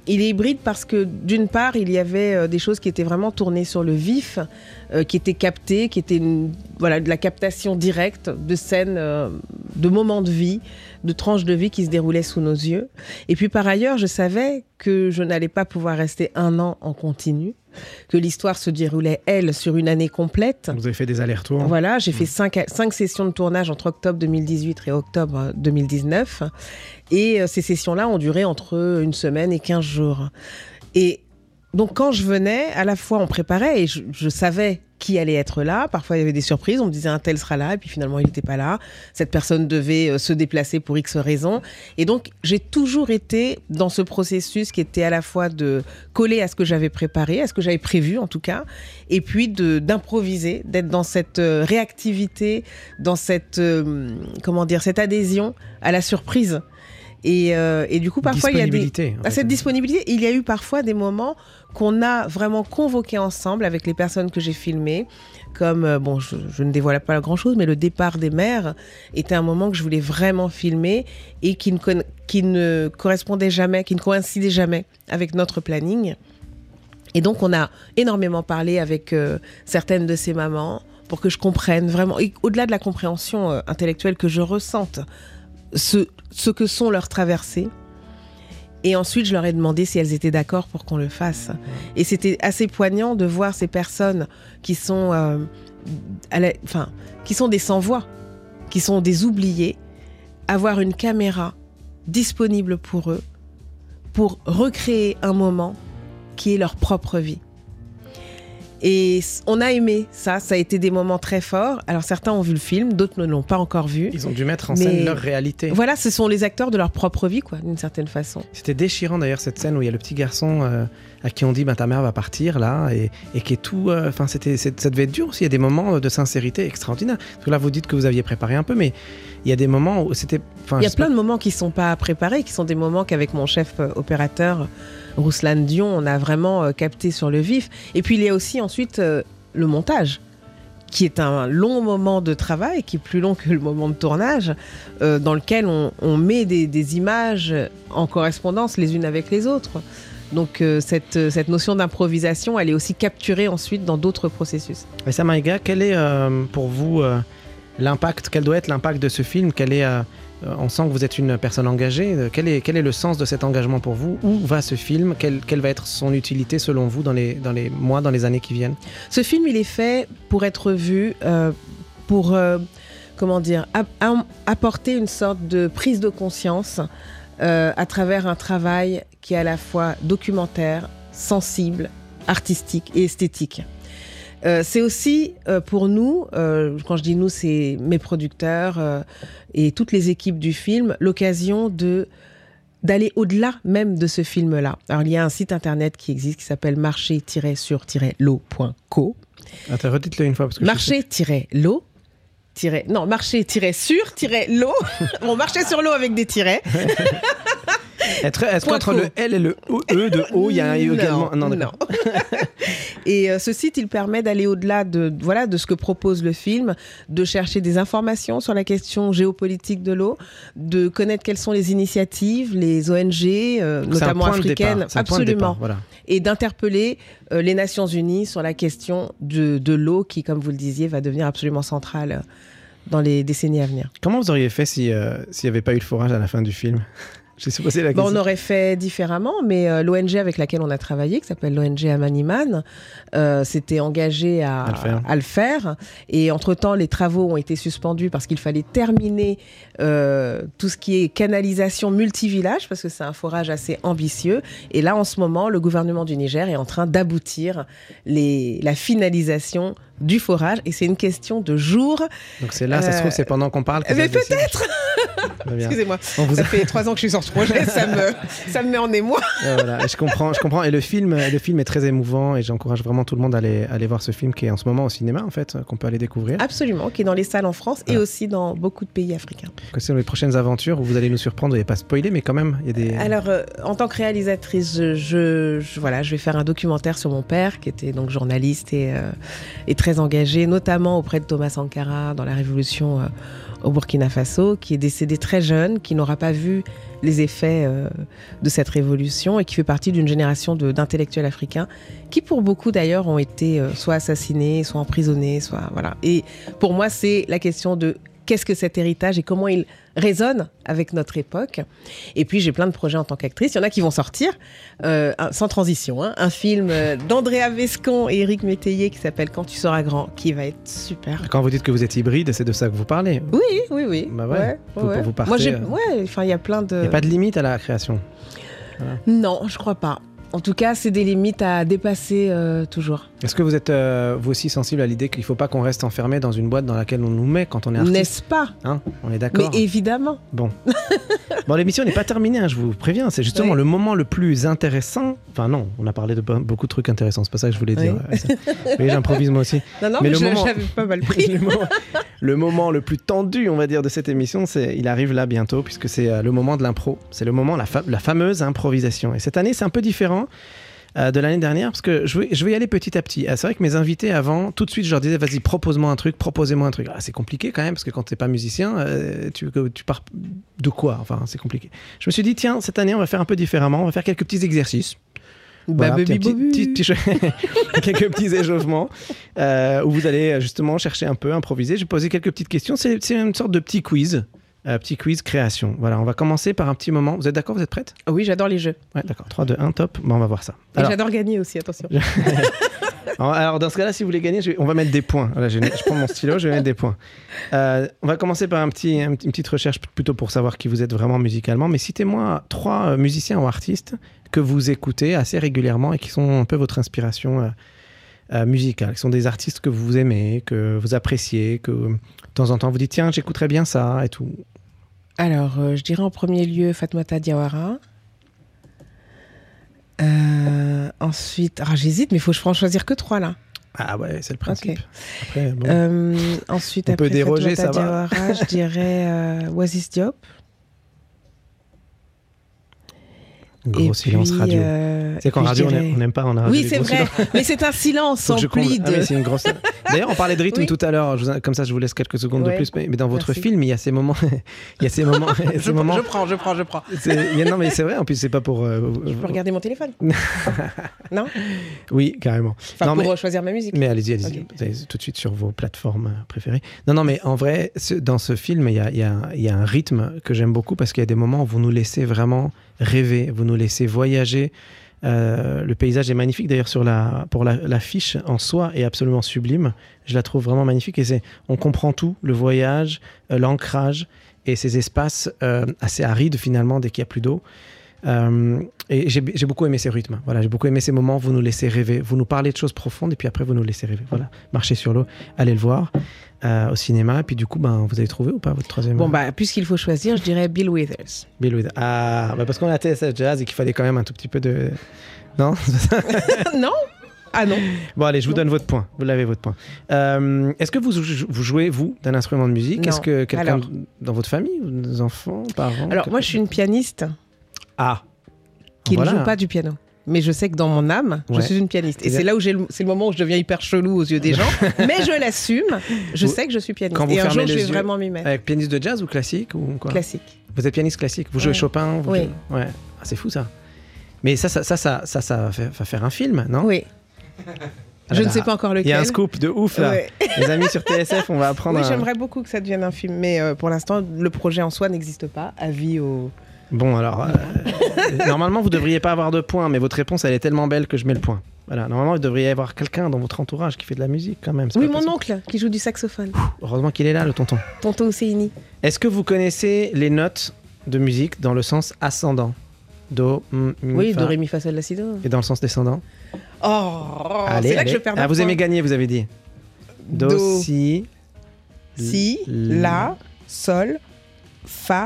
il est hybride parce que d'une part, il y avait euh, des choses qui étaient vraiment tournées sur le vif, euh, qui étaient captées, qui étaient une, voilà, de la captation directe de scènes, euh, de moments de vie, de tranches de vie qui se déroulaient sous nos yeux. Et puis par ailleurs, je savais que je n'allais pas pouvoir rester un an en continu, que l'histoire se déroulait, elle, sur une année complète. Vous avez fait des allers-retours. Voilà, j'ai mmh. fait cinq, cinq sessions de tournage entre octobre deux mille dix-huit et octobre deux mille dix-neuf. Et euh, ces sessions-là ont duré entre une semaine et quinze jours. Et donc, quand je venais, à la fois, on préparait et je, je savais qui allait être là. Parfois, il y avait des surprises. On me disait un tel sera là et puis finalement, il n'était pas là. Cette personne devait euh, se déplacer pour X raisons. Et donc, j'ai toujours été dans ce processus qui était à la fois de coller à ce que j'avais préparé, à ce que j'avais prévu en tout cas, et puis de, d'improviser, d'être dans cette euh, réactivité, dans cette, euh, comment dire, cette adhésion à la surprise. Et, euh, et du coup, parfois, il y a des... à cette disponibilité, il y a eu parfois des moments qu'on a vraiment convoqués ensemble avec les personnes que j'ai filmées. Comme, euh, bon, je, je ne dévoile pas grand-chose, mais le départ des mères était un moment que je voulais vraiment filmer et qui ne, con... qui ne correspondait jamais, qui ne coïncidait jamais avec notre planning. Et donc, on a énormément parlé avec euh, certaines de ces mamans pour que je comprenne vraiment, et au-delà de la compréhension euh, intellectuelle que je ressente, ce, ce que sont leurs traversées. Et ensuite, je leur ai demandé si elles étaient d'accord pour qu'on le fasse. Et c'était assez poignant de voir ces personnes qui sont, euh, à la, enfin, qui sont des sans-voix, qui sont des oubliés, avoir une caméra disponible pour eux, pour recréer un moment qui est leur propre vie. Et on a aimé ça, ça a été des moments très forts. Alors certains ont vu le film, d'autres ne l'ont pas encore vu. Ils ont dû mettre en scène leur réalité. Voilà, ce sont les acteurs de leur propre vie, quoi, d'une certaine façon. C'était déchirant d'ailleurs cette scène où il y a le petit garçon euh, à qui on dit bah, ta mère va partir là, et, et qui est tout. Enfin, euh, c'était, ça devait être dur aussi. Il y a des moments de sincérité extraordinaires. Parce que là, vous dites que vous aviez préparé un peu, mais il y a des moments où c'était. Il y a plein pas... de moments qui ne sont pas préparés, qui sont des moments qu'avec mon chef euh, opérateur. Rouslan Dion, on a vraiment euh, capté sur le vif. Et puis, il y a aussi ensuite euh, le montage, qui est un long moment de travail, qui est plus long que le moment de tournage, euh, dans lequel on, on met des, des images en correspondance les unes avec les autres. Donc, euh, cette, cette notion d'improvisation, elle est aussi capturée ensuite dans d'autres processus. Aïssa Maïga, quel est euh, pour vous euh, l'impact, quel doit être l'impact de ce film? Quel est... Euh... On sent que vous êtes une personne engagée. Quel est, quel est le sens de cet engagement pour vous? Où va ce film? Quelle, quelle va être son utilité selon vous dans les, dans les mois, dans les années qui viennent? Ce film, il est fait pour être vu, euh, pour euh, comment dire, ap- apporter une sorte de prise de conscience euh, à travers un travail qui est à la fois documentaire, sensible, artistique et esthétique. Euh, c'est aussi euh, pour nous, euh, quand je dis nous, c'est mes producteurs euh, et toutes les équipes du film, l'occasion de, d'aller au-delà même de ce film-là. Alors, il y a un site internet qui existe qui s'appelle marché tiret sur tiret lot point co. Attends, redites-le une fois. marché tiret lot tiret non, marché tiret sur tiret lot. Bon, marché sur l'eau avec des tirets. Est-ce qu'entre le L et le E de O, il y a un E également? Non, non. Et euh, ce site, il permet d'aller au-delà de, voilà, de ce que propose le film, de chercher des informations sur la question géopolitique de l'eau, de connaître quelles sont les initiatives, les O N G, euh, notamment africaines, absolument, départ, voilà. Et d'interpeller euh, les Nations Unies sur la question de, de l'eau qui, comme vous le disiez, va devenir absolument centrale dans les décennies à venir. Comment vous auriez fait si, euh, s'il n'y avait pas eu le forage à la fin du film? Je suis posé la question. Bon, on aurait fait différemment, mais euh, l'O N G avec laquelle on a travaillé, qui s'appelle l'O N G Amaniman, euh, s'était engagé à, à, le faire. à le faire. Et entre-temps, les travaux ont été suspendus parce qu'il fallait terminer euh, tout ce qui est canalisation multivillage, parce que c'est un forage assez ambitieux. Et là, en ce moment, le gouvernement du Niger est en train d'aboutir les, la finalisation du forage. Et c'est une question de jours. Donc c'est là, euh... ça se trouve, c'est pendant qu'on parle que mais peut-être Excusez-moi, vous... ça fait trois ans que je suis sur ce projet, ça me, ça me met en émoi. Et voilà, et je comprends, je comprends. Et le film, le film est très émouvant et j'encourage vraiment tout le monde à aller, à aller voir ce film qui est en ce moment au cinéma, en fait, qu'on peut aller découvrir. Absolument, qui est dans les salles en France voilà. Et aussi dans beaucoup de pays africains. Quelles sont les prochaines aventures où vous allez nous surprendre? Vous n'allez pas spoiler, mais quand même, il y a des... Alors, euh, en tant que réalisatrice, je, je, je, voilà, je vais faire un documentaire sur mon père, qui était donc journaliste et, euh, et très engagé, notamment auprès de Thomas Sankara dans la révolution euh, au Burkina Faso, qui est décédé très jeune, qui n'aura pas vu les effets euh, de cette révolution et qui fait partie d'une génération de, d'intellectuels africains qui, pour beaucoup d'ailleurs, ont été euh, soit assassinés, soit emprisonnés, soit voilà. Et pour moi, c'est la question de qu'est-ce que cet héritage et comment il résonne avec notre époque. Et puis, j'ai plein de projets en tant qu'actrice. Il y en a qui vont sortir, euh, un, sans transition, hein, un film euh, d'Andrea Vescon et Éric Métayer qui s'appelle « Quand tu seras grand », qui va être super. Quand vous dites que vous êtes hybride, c'est de ça que vous parlez. Oui, oui, oui. Bah ouais. ouais, Vous, ouais. vous partez, Moi, j'ai, euh, ouais, enfin, il y a plein de... Il n'y a pas de limite à la création. Voilà. Non, je crois pas. En tout cas, c'est des limites à dépasser euh, toujours. Est-ce que vous êtes euh, vous aussi sensible à l'idée qu'il ne faut pas qu'on reste enfermé dans une boîte dans laquelle on nous met quand on est artiste ? N'est-ce pas ? Hein, on est d'accord ? Mais évidemment. Bon. Bon, l'émission n'est pas terminée, hein, je vous préviens. C'est justement Oui. le moment le plus intéressant. Enfin non, on a parlé de be- beaucoup de trucs intéressants. C'est pas ça que je voulais dire. Oui. Ouais, c'est- oui, j'improvise moi aussi. Non, non, Mais mais, le je, moment- j'avais pas mal pris. le, moment, le moment le plus tendu, on va dire, de cette émission, c'est, il arrive là bientôt, puisque c'est euh, le moment de l'impro. C'est le moment, la, fa- la fameuse improvisation. Et cette année, c'est un peu différent euh, de l'année dernière, parce que je vais, je vais y aller petit à petit. Ah, c'est vrai que mes invités avant, tout de suite, je leur disais, vas-y, propose-moi un truc, proposez-moi un truc. Ah, c'est compliqué quand même, parce que quand t'es pas musicien, euh, tu, tu pars de quoi ? Enfin, c'est compliqué. Je me suis dit, tiens, cette année, on va faire un peu différemment. On va faire quelques petits exercices. Bah, Voilà, baby petit- bobu. petit- petit- petit- quelques petits échauffements euh, où vous allez justement chercher un peu, improviser. Je vais poser quelques petites questions. C'est, c'est une sorte de petit quiz. Euh, petit quiz création. Voilà, on va commencer par un petit moment. Vous êtes d'accord ? Vous êtes prête ? Oui, j'adore les jeux. Ouais, d'accord. trois, deux, un, top. Bon, on va voir ça. Et Alors, j'adore gagner aussi, attention. alors, alors, dans ce cas-là, si vous voulez gagner, je vais- on va mettre des points. Voilà, je, je prends mon stylo, je vais mettre des points. Euh, on va commencer par un petit, un petit- une petite recherche plutôt pour savoir qui vous êtes vraiment musicalement. Mais citez-moi trois euh, musiciens ou artistes que vous écoutez assez régulièrement et qui sont un peu votre inspiration euh, euh, musicale, qui sont des artistes que vous aimez, que vous appréciez, que de temps en temps vous dites tiens, j'écouterais bien ça et tout. Alors, euh, je dirais en premier lieu Fatmata Diawara. Euh, ensuite, ah, j'hésite, mais il faut que je en choisir que trois là. Ah ouais, c'est le principe. Ok. Après, bon. Euh, ensuite, On après peut déroger, Fatmata ça va. Diawara, je dirais euh, Oasis Diop. Gros Et silence puis, radio. euh, C'est qu'en puis je radio, on dirais- aime- on n'aime pas en radio. Oui, les c'est gros vrai, silences. mais c'est un silence Faut que je empli comble- de... Ah oui, c'est une grosse... D'ailleurs, on parlait de rythme Oui. tout à l'heure. Je vous- Comme ça, je vous laisse quelques secondes de Ouais. plus. Mais, mais dans votre Merci. film, il y a ces moments. il y a ces moments. ces je, moments... je prends, je prends, je prends. c'est- il y a- Non, mais c'est vrai. En plus, c'est pas pour. euh, Je peux regarder mon téléphone. Non Oui, carrément. Enfin, Non, pour mais- euh, choisir ma musique. Mais allez-y, allez-y. Ok. Vous allez tout de suite sur vos plateformes euh, préférées. Non, non, mais en vrai, ce- dans ce film, il y a, il y a- il y a un rythme que j'aime beaucoup parce qu'il y a des moments où vous nous laissez vraiment rêver, vous nous laissez voyager. Euh, le paysage est magnifique d'ailleurs sur la, pour la, l'affiche en soi est absolument sublime. Je la trouve vraiment magnifique et c'est, on comprend tout, le voyage, euh, l'ancrage et ces espaces euh, assez arides finalement dès qu'il n'y a plus d'eau. Euh, et j'ai, j'ai beaucoup aimé ces rythmes. Voilà, j'ai beaucoup aimé ces moments où vous nous laissez rêver, vous nous parlez de choses profondes et puis après vous nous laissez rêver. Voilà, marchez sur l'eau, allez le voir euh, au cinéma. Et puis du coup, ben, vous avez trouvé ou pas votre troisième? Bon, bah, puisqu'il faut choisir, je dirais Bill Withers. Bill Withers. Ah, bah parce qu'on a T S F Jazz et qu'il fallait quand même un tout petit peu de. Non. Non Ah non. Bon, allez, je vous Non. donne votre point. Vous l'avez, votre point. Euh, est-ce que vous, vous jouez, vous, d'un instrument de musique? Non. Est-ce que quelqu'un Alors. dans votre famille, ou des enfants, parents? Alors, moi, je suis une pianiste Ah. qui Voilà. ne joue pas du piano. Mais je sais que dans mon âme, je Ouais. suis une pianiste. Et C'est-à-dire- c'est là où j'ai le, c'est le moment où je deviens hyper chelou aux yeux des gens. Mais je l'assume. Je Vous- sais que je suis pianiste. quand vous Et un fermez jour, je les vais yeux- vraiment m'y mettre. Avec pianiste de jazz ou classique ou quoi? Classique. Vous êtes pianiste classique? Vous jouez Ouais. Chopin? Vous Oui. jouez- Ouais. Ah, c'est fou ça. Mais ça, ça, ça, ça, ça, ça va faire- va faire un film, non? Oui. Ah Je là ne sais là. pas encore Il lequel. y a un scoop de ouf là. Ouais. Les amis sur T S F, on va apprendre. Oui, un- j'aimerais beaucoup que ça devienne un film. Mais euh, pour l'instant, le projet en soi n'existe pas. Avis au. Bon, alors, euh, normalement, vous devriez pas avoir de points, mais votre réponse, elle est tellement belle que je mets le point. Voilà, normalement, il devrait y avoir quelqu'un dans votre entourage qui fait de la musique quand même. c'est Oui, pas mon possible. oncle qui joue du saxophone. Heureusement qu'il est là, le tonton. Tonton Ousseini. Est-ce que vous connaissez les notes de musique dans le sens ascendant? Do, m, mi, Oui, fa. do, ré, mi, fa, sol, la, si, do. Et dans le sens descendant? Oh, Allez, c'est là allez. que je perds Ah, mon vous point. aimez gagner, vous avez dit. Do, Do, si, Si, l- la, sol, fa,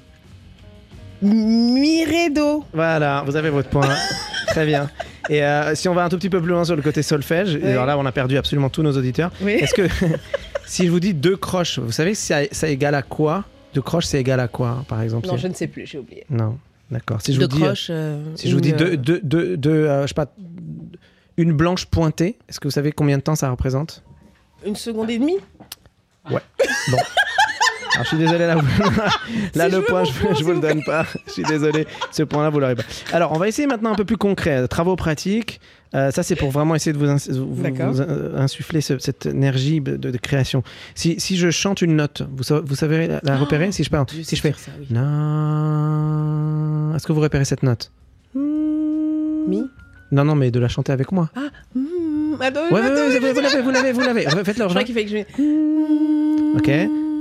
mi, ré, do. Voilà, vous avez votre point. Très bien. Et euh, si on va un tout petit peu plus loin sur le côté solfège, et Oui. alors là, on a perdu absolument tous nos auditeurs. Oui. Est-ce que si je vous dis deux croches, vous savez que ça, ça égale à quoi? Deux croches, c'est égal à quoi, par exemple? Non, C'est- je ne sais plus, j'ai oublié. Non, d'accord. Si je De vous dis, croche. euh, si je vous dis une, deux, euh, deux, deux, deux, euh, je sais pas, une blanche pointée, est-ce que vous savez combien de temps ça représente? Une seconde et demie. Bon. Alors, je suis désolé, là, vous... là Si le je point, veux je, mon point, je vous le s'il donne pas. Je suis désolé, ce point-là, vous l'aurez pas. Alors, on va essayer maintenant un peu plus concret. Travaux pratiques. Euh, ça, c'est pour vraiment essayer de vous, ins- vous, D'accord. vous, euh, insuffler ce- cette énergie de, de création. Si, si je chante une note, vous, sa- vous savez la, la repérer? Si je parle, Dieu si sait je fais faire ça, oui. Na... Est-ce que vous repérez cette note? Mi. Non, non, mais de la chanter avec moi. Ah. mm, Attends, Ouais, ouais, attends, ouais, attends, vous l'avez, vous l'avez, vous l'avez. Faites-le. Je crois qu'il fait que je vais. Ok.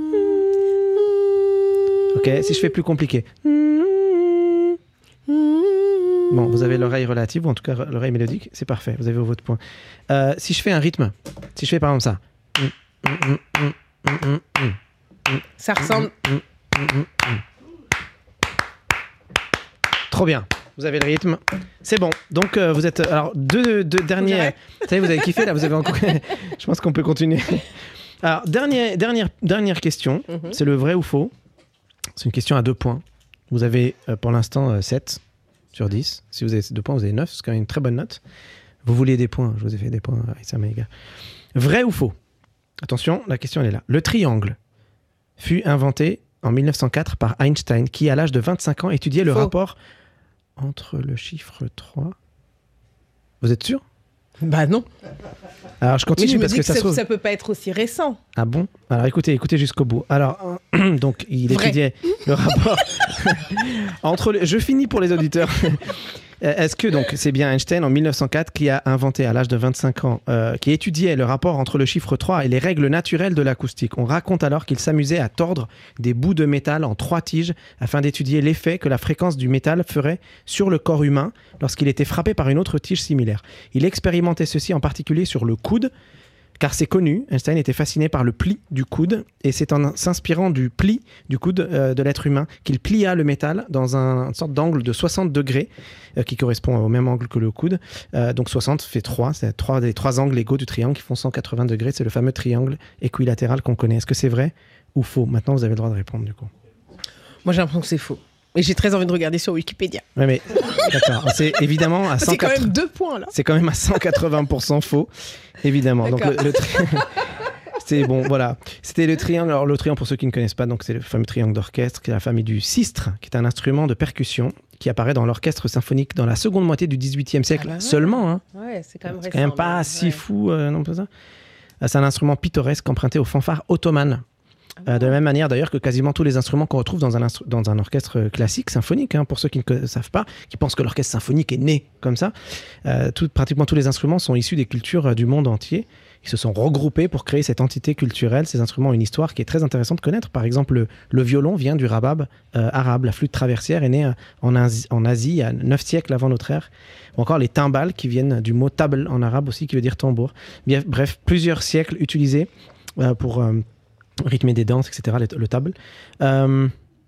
Ok, si je fais plus compliqué. Bon, vous avez l'oreille relative, ou en tout cas l'oreille mélodique, c'est parfait, vous avez votre point. Euh, si je fais un rythme, si je fais par exemple ça. Ça ressemble. Trop bien, vous avez le rythme. C'est bon, donc euh, vous êtes... Alors, deux, deux derniers... j'arrête Vous savez, vous avez kiffé là, vous avez encore... Je pense qu'on peut continuer. Alors, dernière, dernière, dernière question, Mhm. c'est le vrai ou faux. C'est une question à deux points. Vous avez euh, pour l'instant euh, sept sur dix. Si vous avez deux points, vous avez neuf. C'est quand même une très bonne note. Vous voulez des points. Je vous ai fait des points. Issa Maïga. Vrai ou faux? Attention, la question elle est là. Le triangle fut inventé en mille neuf cent quatre par Einstein qui, à l'âge de vingt-cinq ans, étudiait le Faux. rapport entre le chiffre trois... Vous êtes sûr? Bah non. Alors je Mais continue je me parce dis que que ça ça, se trouve... ça peut pas être aussi récent. Ah bon? Alors écoutez, écoutez jusqu'au bout. Alors, euh, donc, il Vrai. étudiait le rapport entre... Les... Je finis pour les auditeurs. Euh, Est-ce que donc c'est bien Einstein en mille neuf cent quatre qui a inventé à l'âge de vingt-cinq ans, euh, qui étudiait le rapport entre le chiffre trois et les règles naturelles de l'acoustique? On raconte alors qu'il s'amusait à tordre des bouts de métal en trois tiges afin d'étudier l'effet que la fréquence du métal ferait sur le corps humain lorsqu'il était frappé par une autre tige similaire. Il expérimentait ceci en particulier sur le coude, car c'est connu, Einstein était fasciné par le pli du coude, et c'est en s'inspirant du pli du coude euh, de l'être humain qu'il plia le métal dans un, une sorte d'angle de soixante degrés, euh, qui correspond au même angle que le coude. Euh, donc soixante fait trois, c'est trois des trois angles égaux du triangle qui font cent quatre-vingts degrés, c'est le fameux triangle équilatéral qu'on connaît. Est-ce que c'est vrai ou faux? Maintenant, vous avez le droit de répondre du coup. Moi, j'ai l'impression que c'est faux. Et j'ai très envie de regarder sur Wikipédia. Ouais, mais d'accord, c'est évidemment à C'est quand cent quatre-vingts... même deux points, là. C'est quand même à cent quatre-vingts pour cent faux, évidemment. Donc le, D'accord. le tri- c'est bon, voilà. C'était le triangle. Alors le triangle, pour ceux qui ne connaissent pas, donc c'est le fameux triangle d'orchestre, qui est la famille du sistre, qui est un instrument de percussion qui apparaît dans l'orchestre symphonique dans la seconde moitié du dix-huitième siècle Ah bah ouais. seulement. Hein. Ouais, c'est quand même C'est quand même récent, pas mais- si ouais. fou, euh, non pas ça. Euh, C'est un instrument pittoresque emprunté aux fanfares ottomanes. Euh, de la même manière d'ailleurs que quasiment tous les instruments qu'on retrouve dans un, instru- dans un orchestre classique symphonique, hein, pour ceux qui ne co- savent pas, qui pensent que l'orchestre symphonique est né comme ça, euh, tout- pratiquement tous les instruments sont issus des cultures euh, du monde entier. Ils se sont regroupés pour créer cette entité culturelle. Ces instruments ont une histoire qui est très intéressante de connaître. Par exemple, le, le violon vient du rabab euh, arabe. La flûte traversière est née euh, en Asie, en Asie il y a neuf siècles avant notre ère. Ou encore les timbales qui viennent du mot tabl en arabe aussi, qui veut dire tambour. Bien, bref, plusieurs siècles utilisés euh, pour... euh, rythmer des danses, et cetera, le, le table. Euh,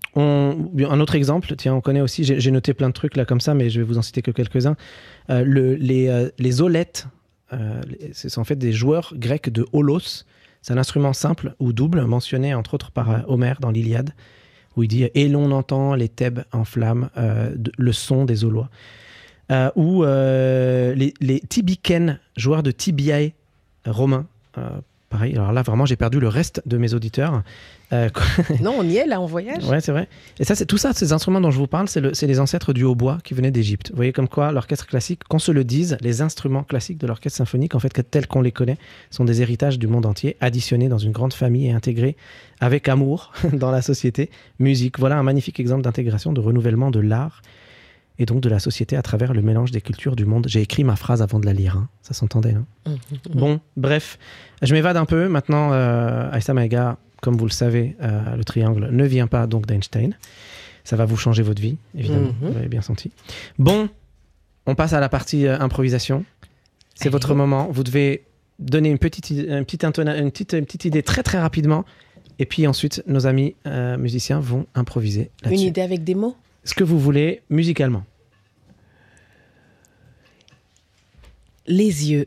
on, un autre exemple, tiens, on connaît aussi, j'ai j'ai noté plein de trucs là comme ça, mais je vais vous en citer que quelques-uns. Euh, le, les, euh, les aulettes, euh, ce sont en fait des joueurs grecs de holos. C'est un instrument simple ou double, mentionné entre autres par euh, Homère dans l'Iliade, où il dit « Et l'on entend les Thèbes en flammes, euh, de- le son des Aulois ». Euh, ou euh, les, les Tibiken, joueurs de tibiae romains, euh, pareil, alors là, vraiment, j'ai perdu le reste de mes auditeurs. Euh, Non, on y est, là, en voyage. ouais, c'est vrai. Et ça, c'est tout ça, ces instruments dont je vous parle, c'est le, c'est les ancêtres du hautbois qui venaient d'Égypte. Vous voyez comme quoi l'orchestre classique, qu'on se le dise, les instruments classiques de l'orchestre symphonique, en fait, que- tels qu'on les connaît, sont des héritages du monde entier, additionnés dans une grande famille et intégrés avec amour dans la société. Musique, voilà un magnifique exemple d'intégration, de renouvellement de l'art et donc de la société à travers le mélange des cultures du monde. J'ai écrit ma phrase avant de la lire, hein. Ça s'entendait, non? Bon, bref, je m'évade un peu. Maintenant, euh, Aïssa Maïga, comme vous le savez, euh, le triangle ne vient pas donc d'Einstein. Ça va vous changer votre vie, évidemment, Mhm. vous l'avez bien senti. Bon, on passe à la partie euh, improvisation. C'est Allez. votre moment. Vous devez donner une petite, idée- une, petite intona- une, petite, une petite idée très très rapidement. Et puis ensuite, nos amis euh, musiciens vont improviser Une là-dessus. idée avec des mots. Ce que vous voulez musicalement. Les yeux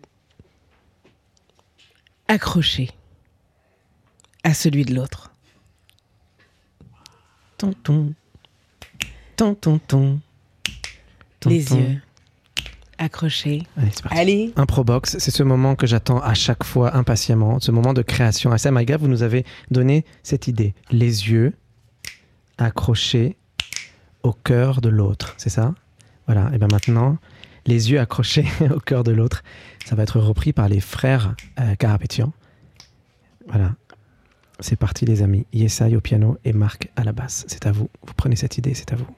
accrochés à celui de l'autre. Tonton. Tonton. Les yeux accrochés. Allez, c'est parti. Allez. Improbox, c'est ce moment que j'attends à chaque fois impatiemment, ce moment de création. Aïssa Maïga, vous nous avez donné cette idée. Les yeux accrochés au cœur de l'autre, c'est ça ? Voilà, et bien maintenant, les yeux accrochés au cœur de l'autre, ça va être repris par les frères euh, Karapétian. Voilà, c'est parti les amis. Yesai au piano et Marc à la basse. C'est à vous, vous prenez cette idée, c'est à vous.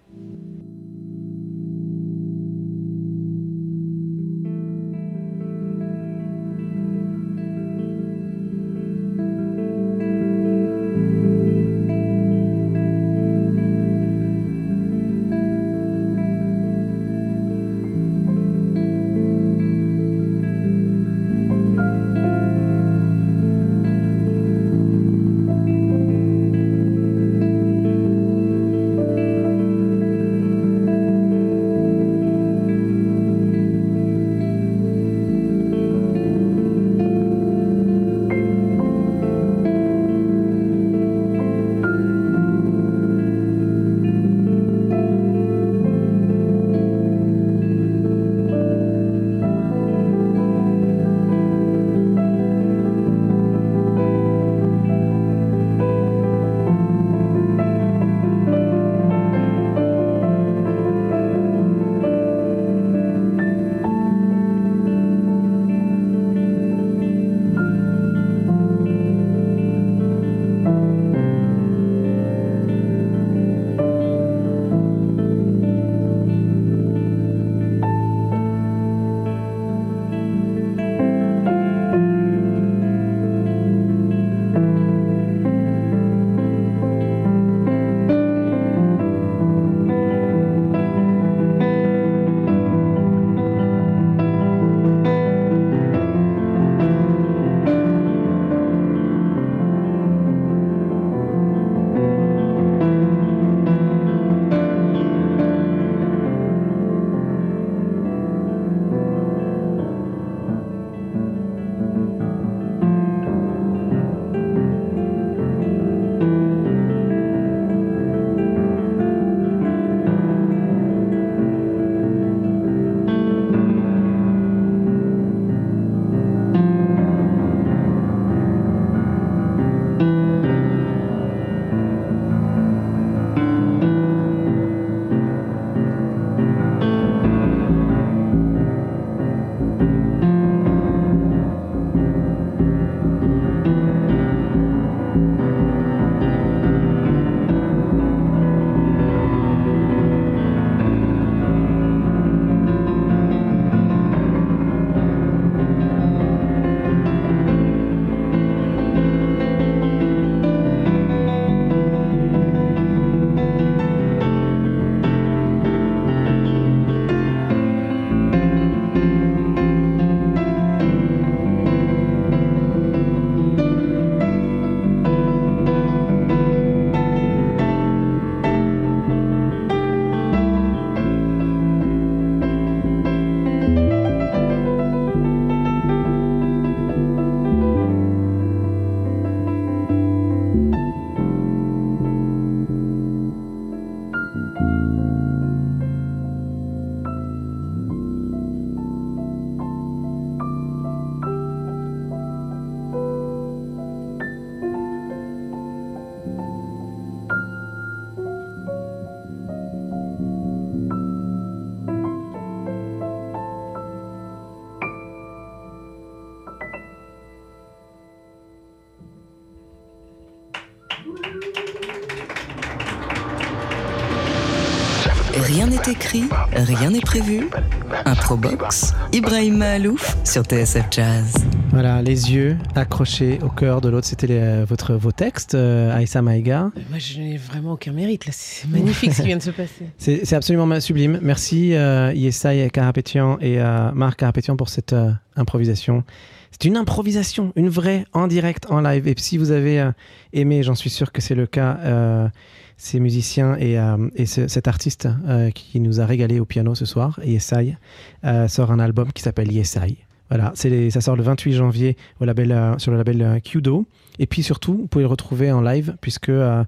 Rien n'est écrit, rien n'est prévu. Improbox, Ibrahim Mahalouf sur T S F Jazz. Voilà, les yeux accrochés au cœur de l'autre, c'était les, votre, vos textes, euh, Aïssa Maïga. Moi, je n'ai vraiment aucun mérite, là. C'est magnifique ce qui vient de se passer. C'est, c'est absolument sublime. Merci euh, Yesai Karapétian et euh, Marc Karapétian pour cette euh, improvisation. C'est une improvisation, une vraie, en direct, en live. Et si vous avez euh, aimé, j'en suis sûr que c'est le cas, euh, ces musiciens et, euh, et ce, cet artiste euh, qui nous a régalé au piano ce soir, Yesai, euh, sort un album qui s'appelle Yesai. Voilà, c'est les, ça sort le vingt-huit janvier au label, euh, sur le label euh, Q D O. Et puis surtout, vous pouvez le retrouver en live puisque euh,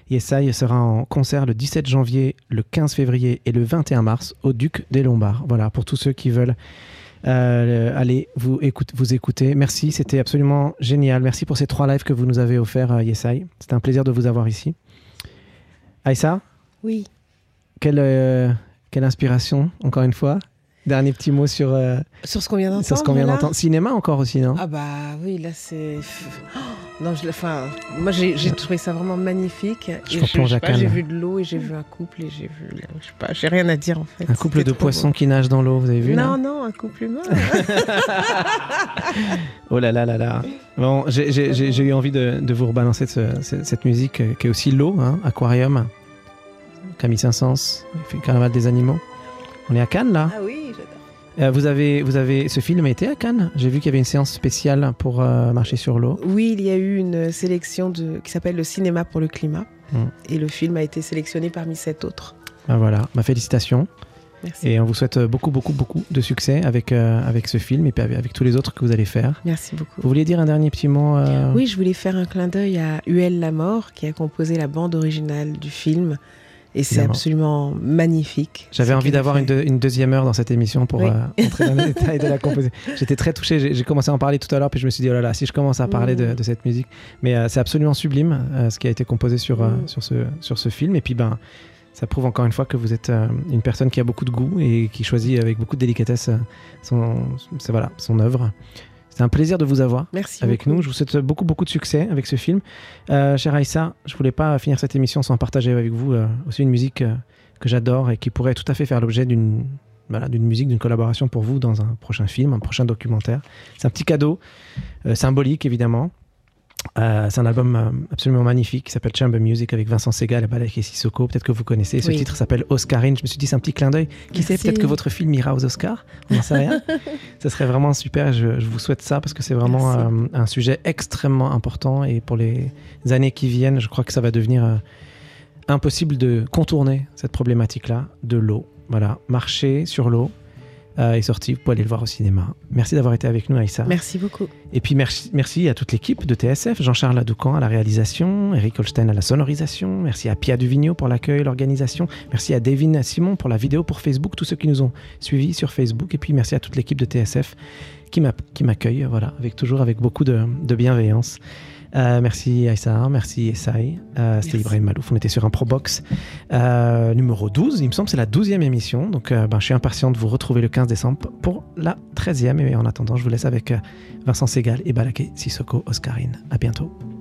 Yesai sera en concert le dix-sept janvier, le quinze février et le vingt et un mars au Duc des Lombards. Voilà, pour tous ceux qui veulent euh, aller vous, écoute, vous écouter. Merci, c'était absolument génial. Merci pour ces trois lives que vous nous avez offerts, euh, Yesai. C'était un plaisir de vous avoir ici. Aïssa, Oui. quelle, euh, quelle inspiration, encore une fois. Dernier petit mot sur, euh, Sur ce qu'on vient d'entendre. sur ce qu'on vient là d'entendre. Cinéma encore aussi, non? Ah bah oui, là c'est... Oh, non, je... enfin, moi j'ai, j'ai trouvé ça vraiment magnifique. Je Et replonge je sais à pas, Cannes. J'ai vu de l'eau et j'ai vu un couple et j'ai vu... Je sais pas, j'ai rien à dire en fait. Un couple C'était de trop poissons beau. qui nagent dans l'eau, vous avez vu? Non, là non, un couple humain. Oh là là là là. Bon, j'ai, j'ai, j'ai, j'ai eu envie de, de vous rebalancer ce- ce- cette musique euh, qui est aussi l'eau, hein, Aquarium, Camille Saint-Saëns, il fait Carnaval des animaux. On est à Cannes là. Ah oui, j'adore. Euh, vous avez, vous avez, ce film a été à Cannes. J'ai vu qu'il y avait une séance spéciale pour euh, marcher sur l'eau. Oui, il y a eu une sélection de... qui s'appelle le Cinéma pour le climat. Mm. Et le film a été sélectionné parmi sept autres. Ben voilà, ma félicitations. Merci. Et on vous souhaite beaucoup, beaucoup, beaucoup de succès avec, euh, avec ce film et puis avec, avec tous les autres que vous allez faire. Merci beaucoup. Vous vouliez dire un dernier petit mot euh, Oui, je voulais faire un clin d'œil à Huel Lamort qui a composé la bande originale du film. Et c'est Évidemment. absolument magnifique. J'avais ce envie qu'elle a d'avoir fait. une, deux- une deuxième heure dans cette émission pour Oui. euh, entrer dans les détails de la composition. J'étais très touché. J'ai, j'ai commencé à en parler tout à l'heure, puis je me suis dit, oh là là, si je commence à parler de, Mm. de cette musique. Mais euh, c'est absolument sublime euh, ce qui a été composé sur, euh, Mm. sur, ce, sur ce film. Et puis, ben, ça prouve encore une fois que vous êtes euh, une personne qui a beaucoup de goût et qui choisit avec beaucoup de délicatesse euh, son, c'est, voilà, son œuvre. C'est un plaisir de vous avoir Merci avec beaucoup. nous. Je vous souhaite beaucoup, beaucoup de succès avec ce film. Euh, chère Aïssa, je voulais pas finir cette émission sans partager avec vous euh, aussi une musique euh, que j'adore et qui pourrait tout à fait faire l'objet d'une, voilà, d'une musique, d'une collaboration pour vous dans un prochain film, un prochain documentaire. C'est un petit cadeau, euh, symbolique évidemment. Euh, c'est un album euh, absolument magnifique qui s'appelle Chamber Music avec Vincent Segal et Balaké Sissoko. Peut-être que vous connaissez. Ce Oui. titre s'appelle Oscarine. Je me suis dit, c'est un petit clin d'œil. Qui sait, Merci. peut-être que votre film ira aux Oscars. On n'en sait rien. Ça serait vraiment super. Je, je vous souhaite ça parce que c'est vraiment euh, un sujet extrêmement important. Et pour les années qui viennent, je crois que ça va devenir euh, impossible de contourner cette problématique-là de l'eau. Voilà, marcher sur l'eau euh, est sorti. Vous pouvez aller le voir au cinéma. Merci d'avoir été avec nous, Aïssa. Merci beaucoup. Et puis merci, merci à toute l'équipe de T S F, Jean-Charles Adoucan à la réalisation, Eric Holstein à la sonorisation, merci à Pia Duvigneau pour l'accueil, l'organisation, merci à Devin Simon pour la vidéo pour Facebook, tous ceux qui nous ont suivis sur Facebook, et puis merci à toute l'équipe de T S F qui, m'a, qui m'accueille, voilà, avec, toujours avec beaucoup de, de bienveillance. Euh, merci Aïssa, merci Essay, euh, c'était Merci. Ibrahim Malouf, on était sur un Probox euh, numéro douze, il me semble que c'est la douzième émission, donc euh, ben, je suis impatient de vous retrouver le quinze décembre pour la treizième, et en attendant je vous laisse avec euh, Vincent Segal et Balaké Sissoko Oscarine. À bientôt.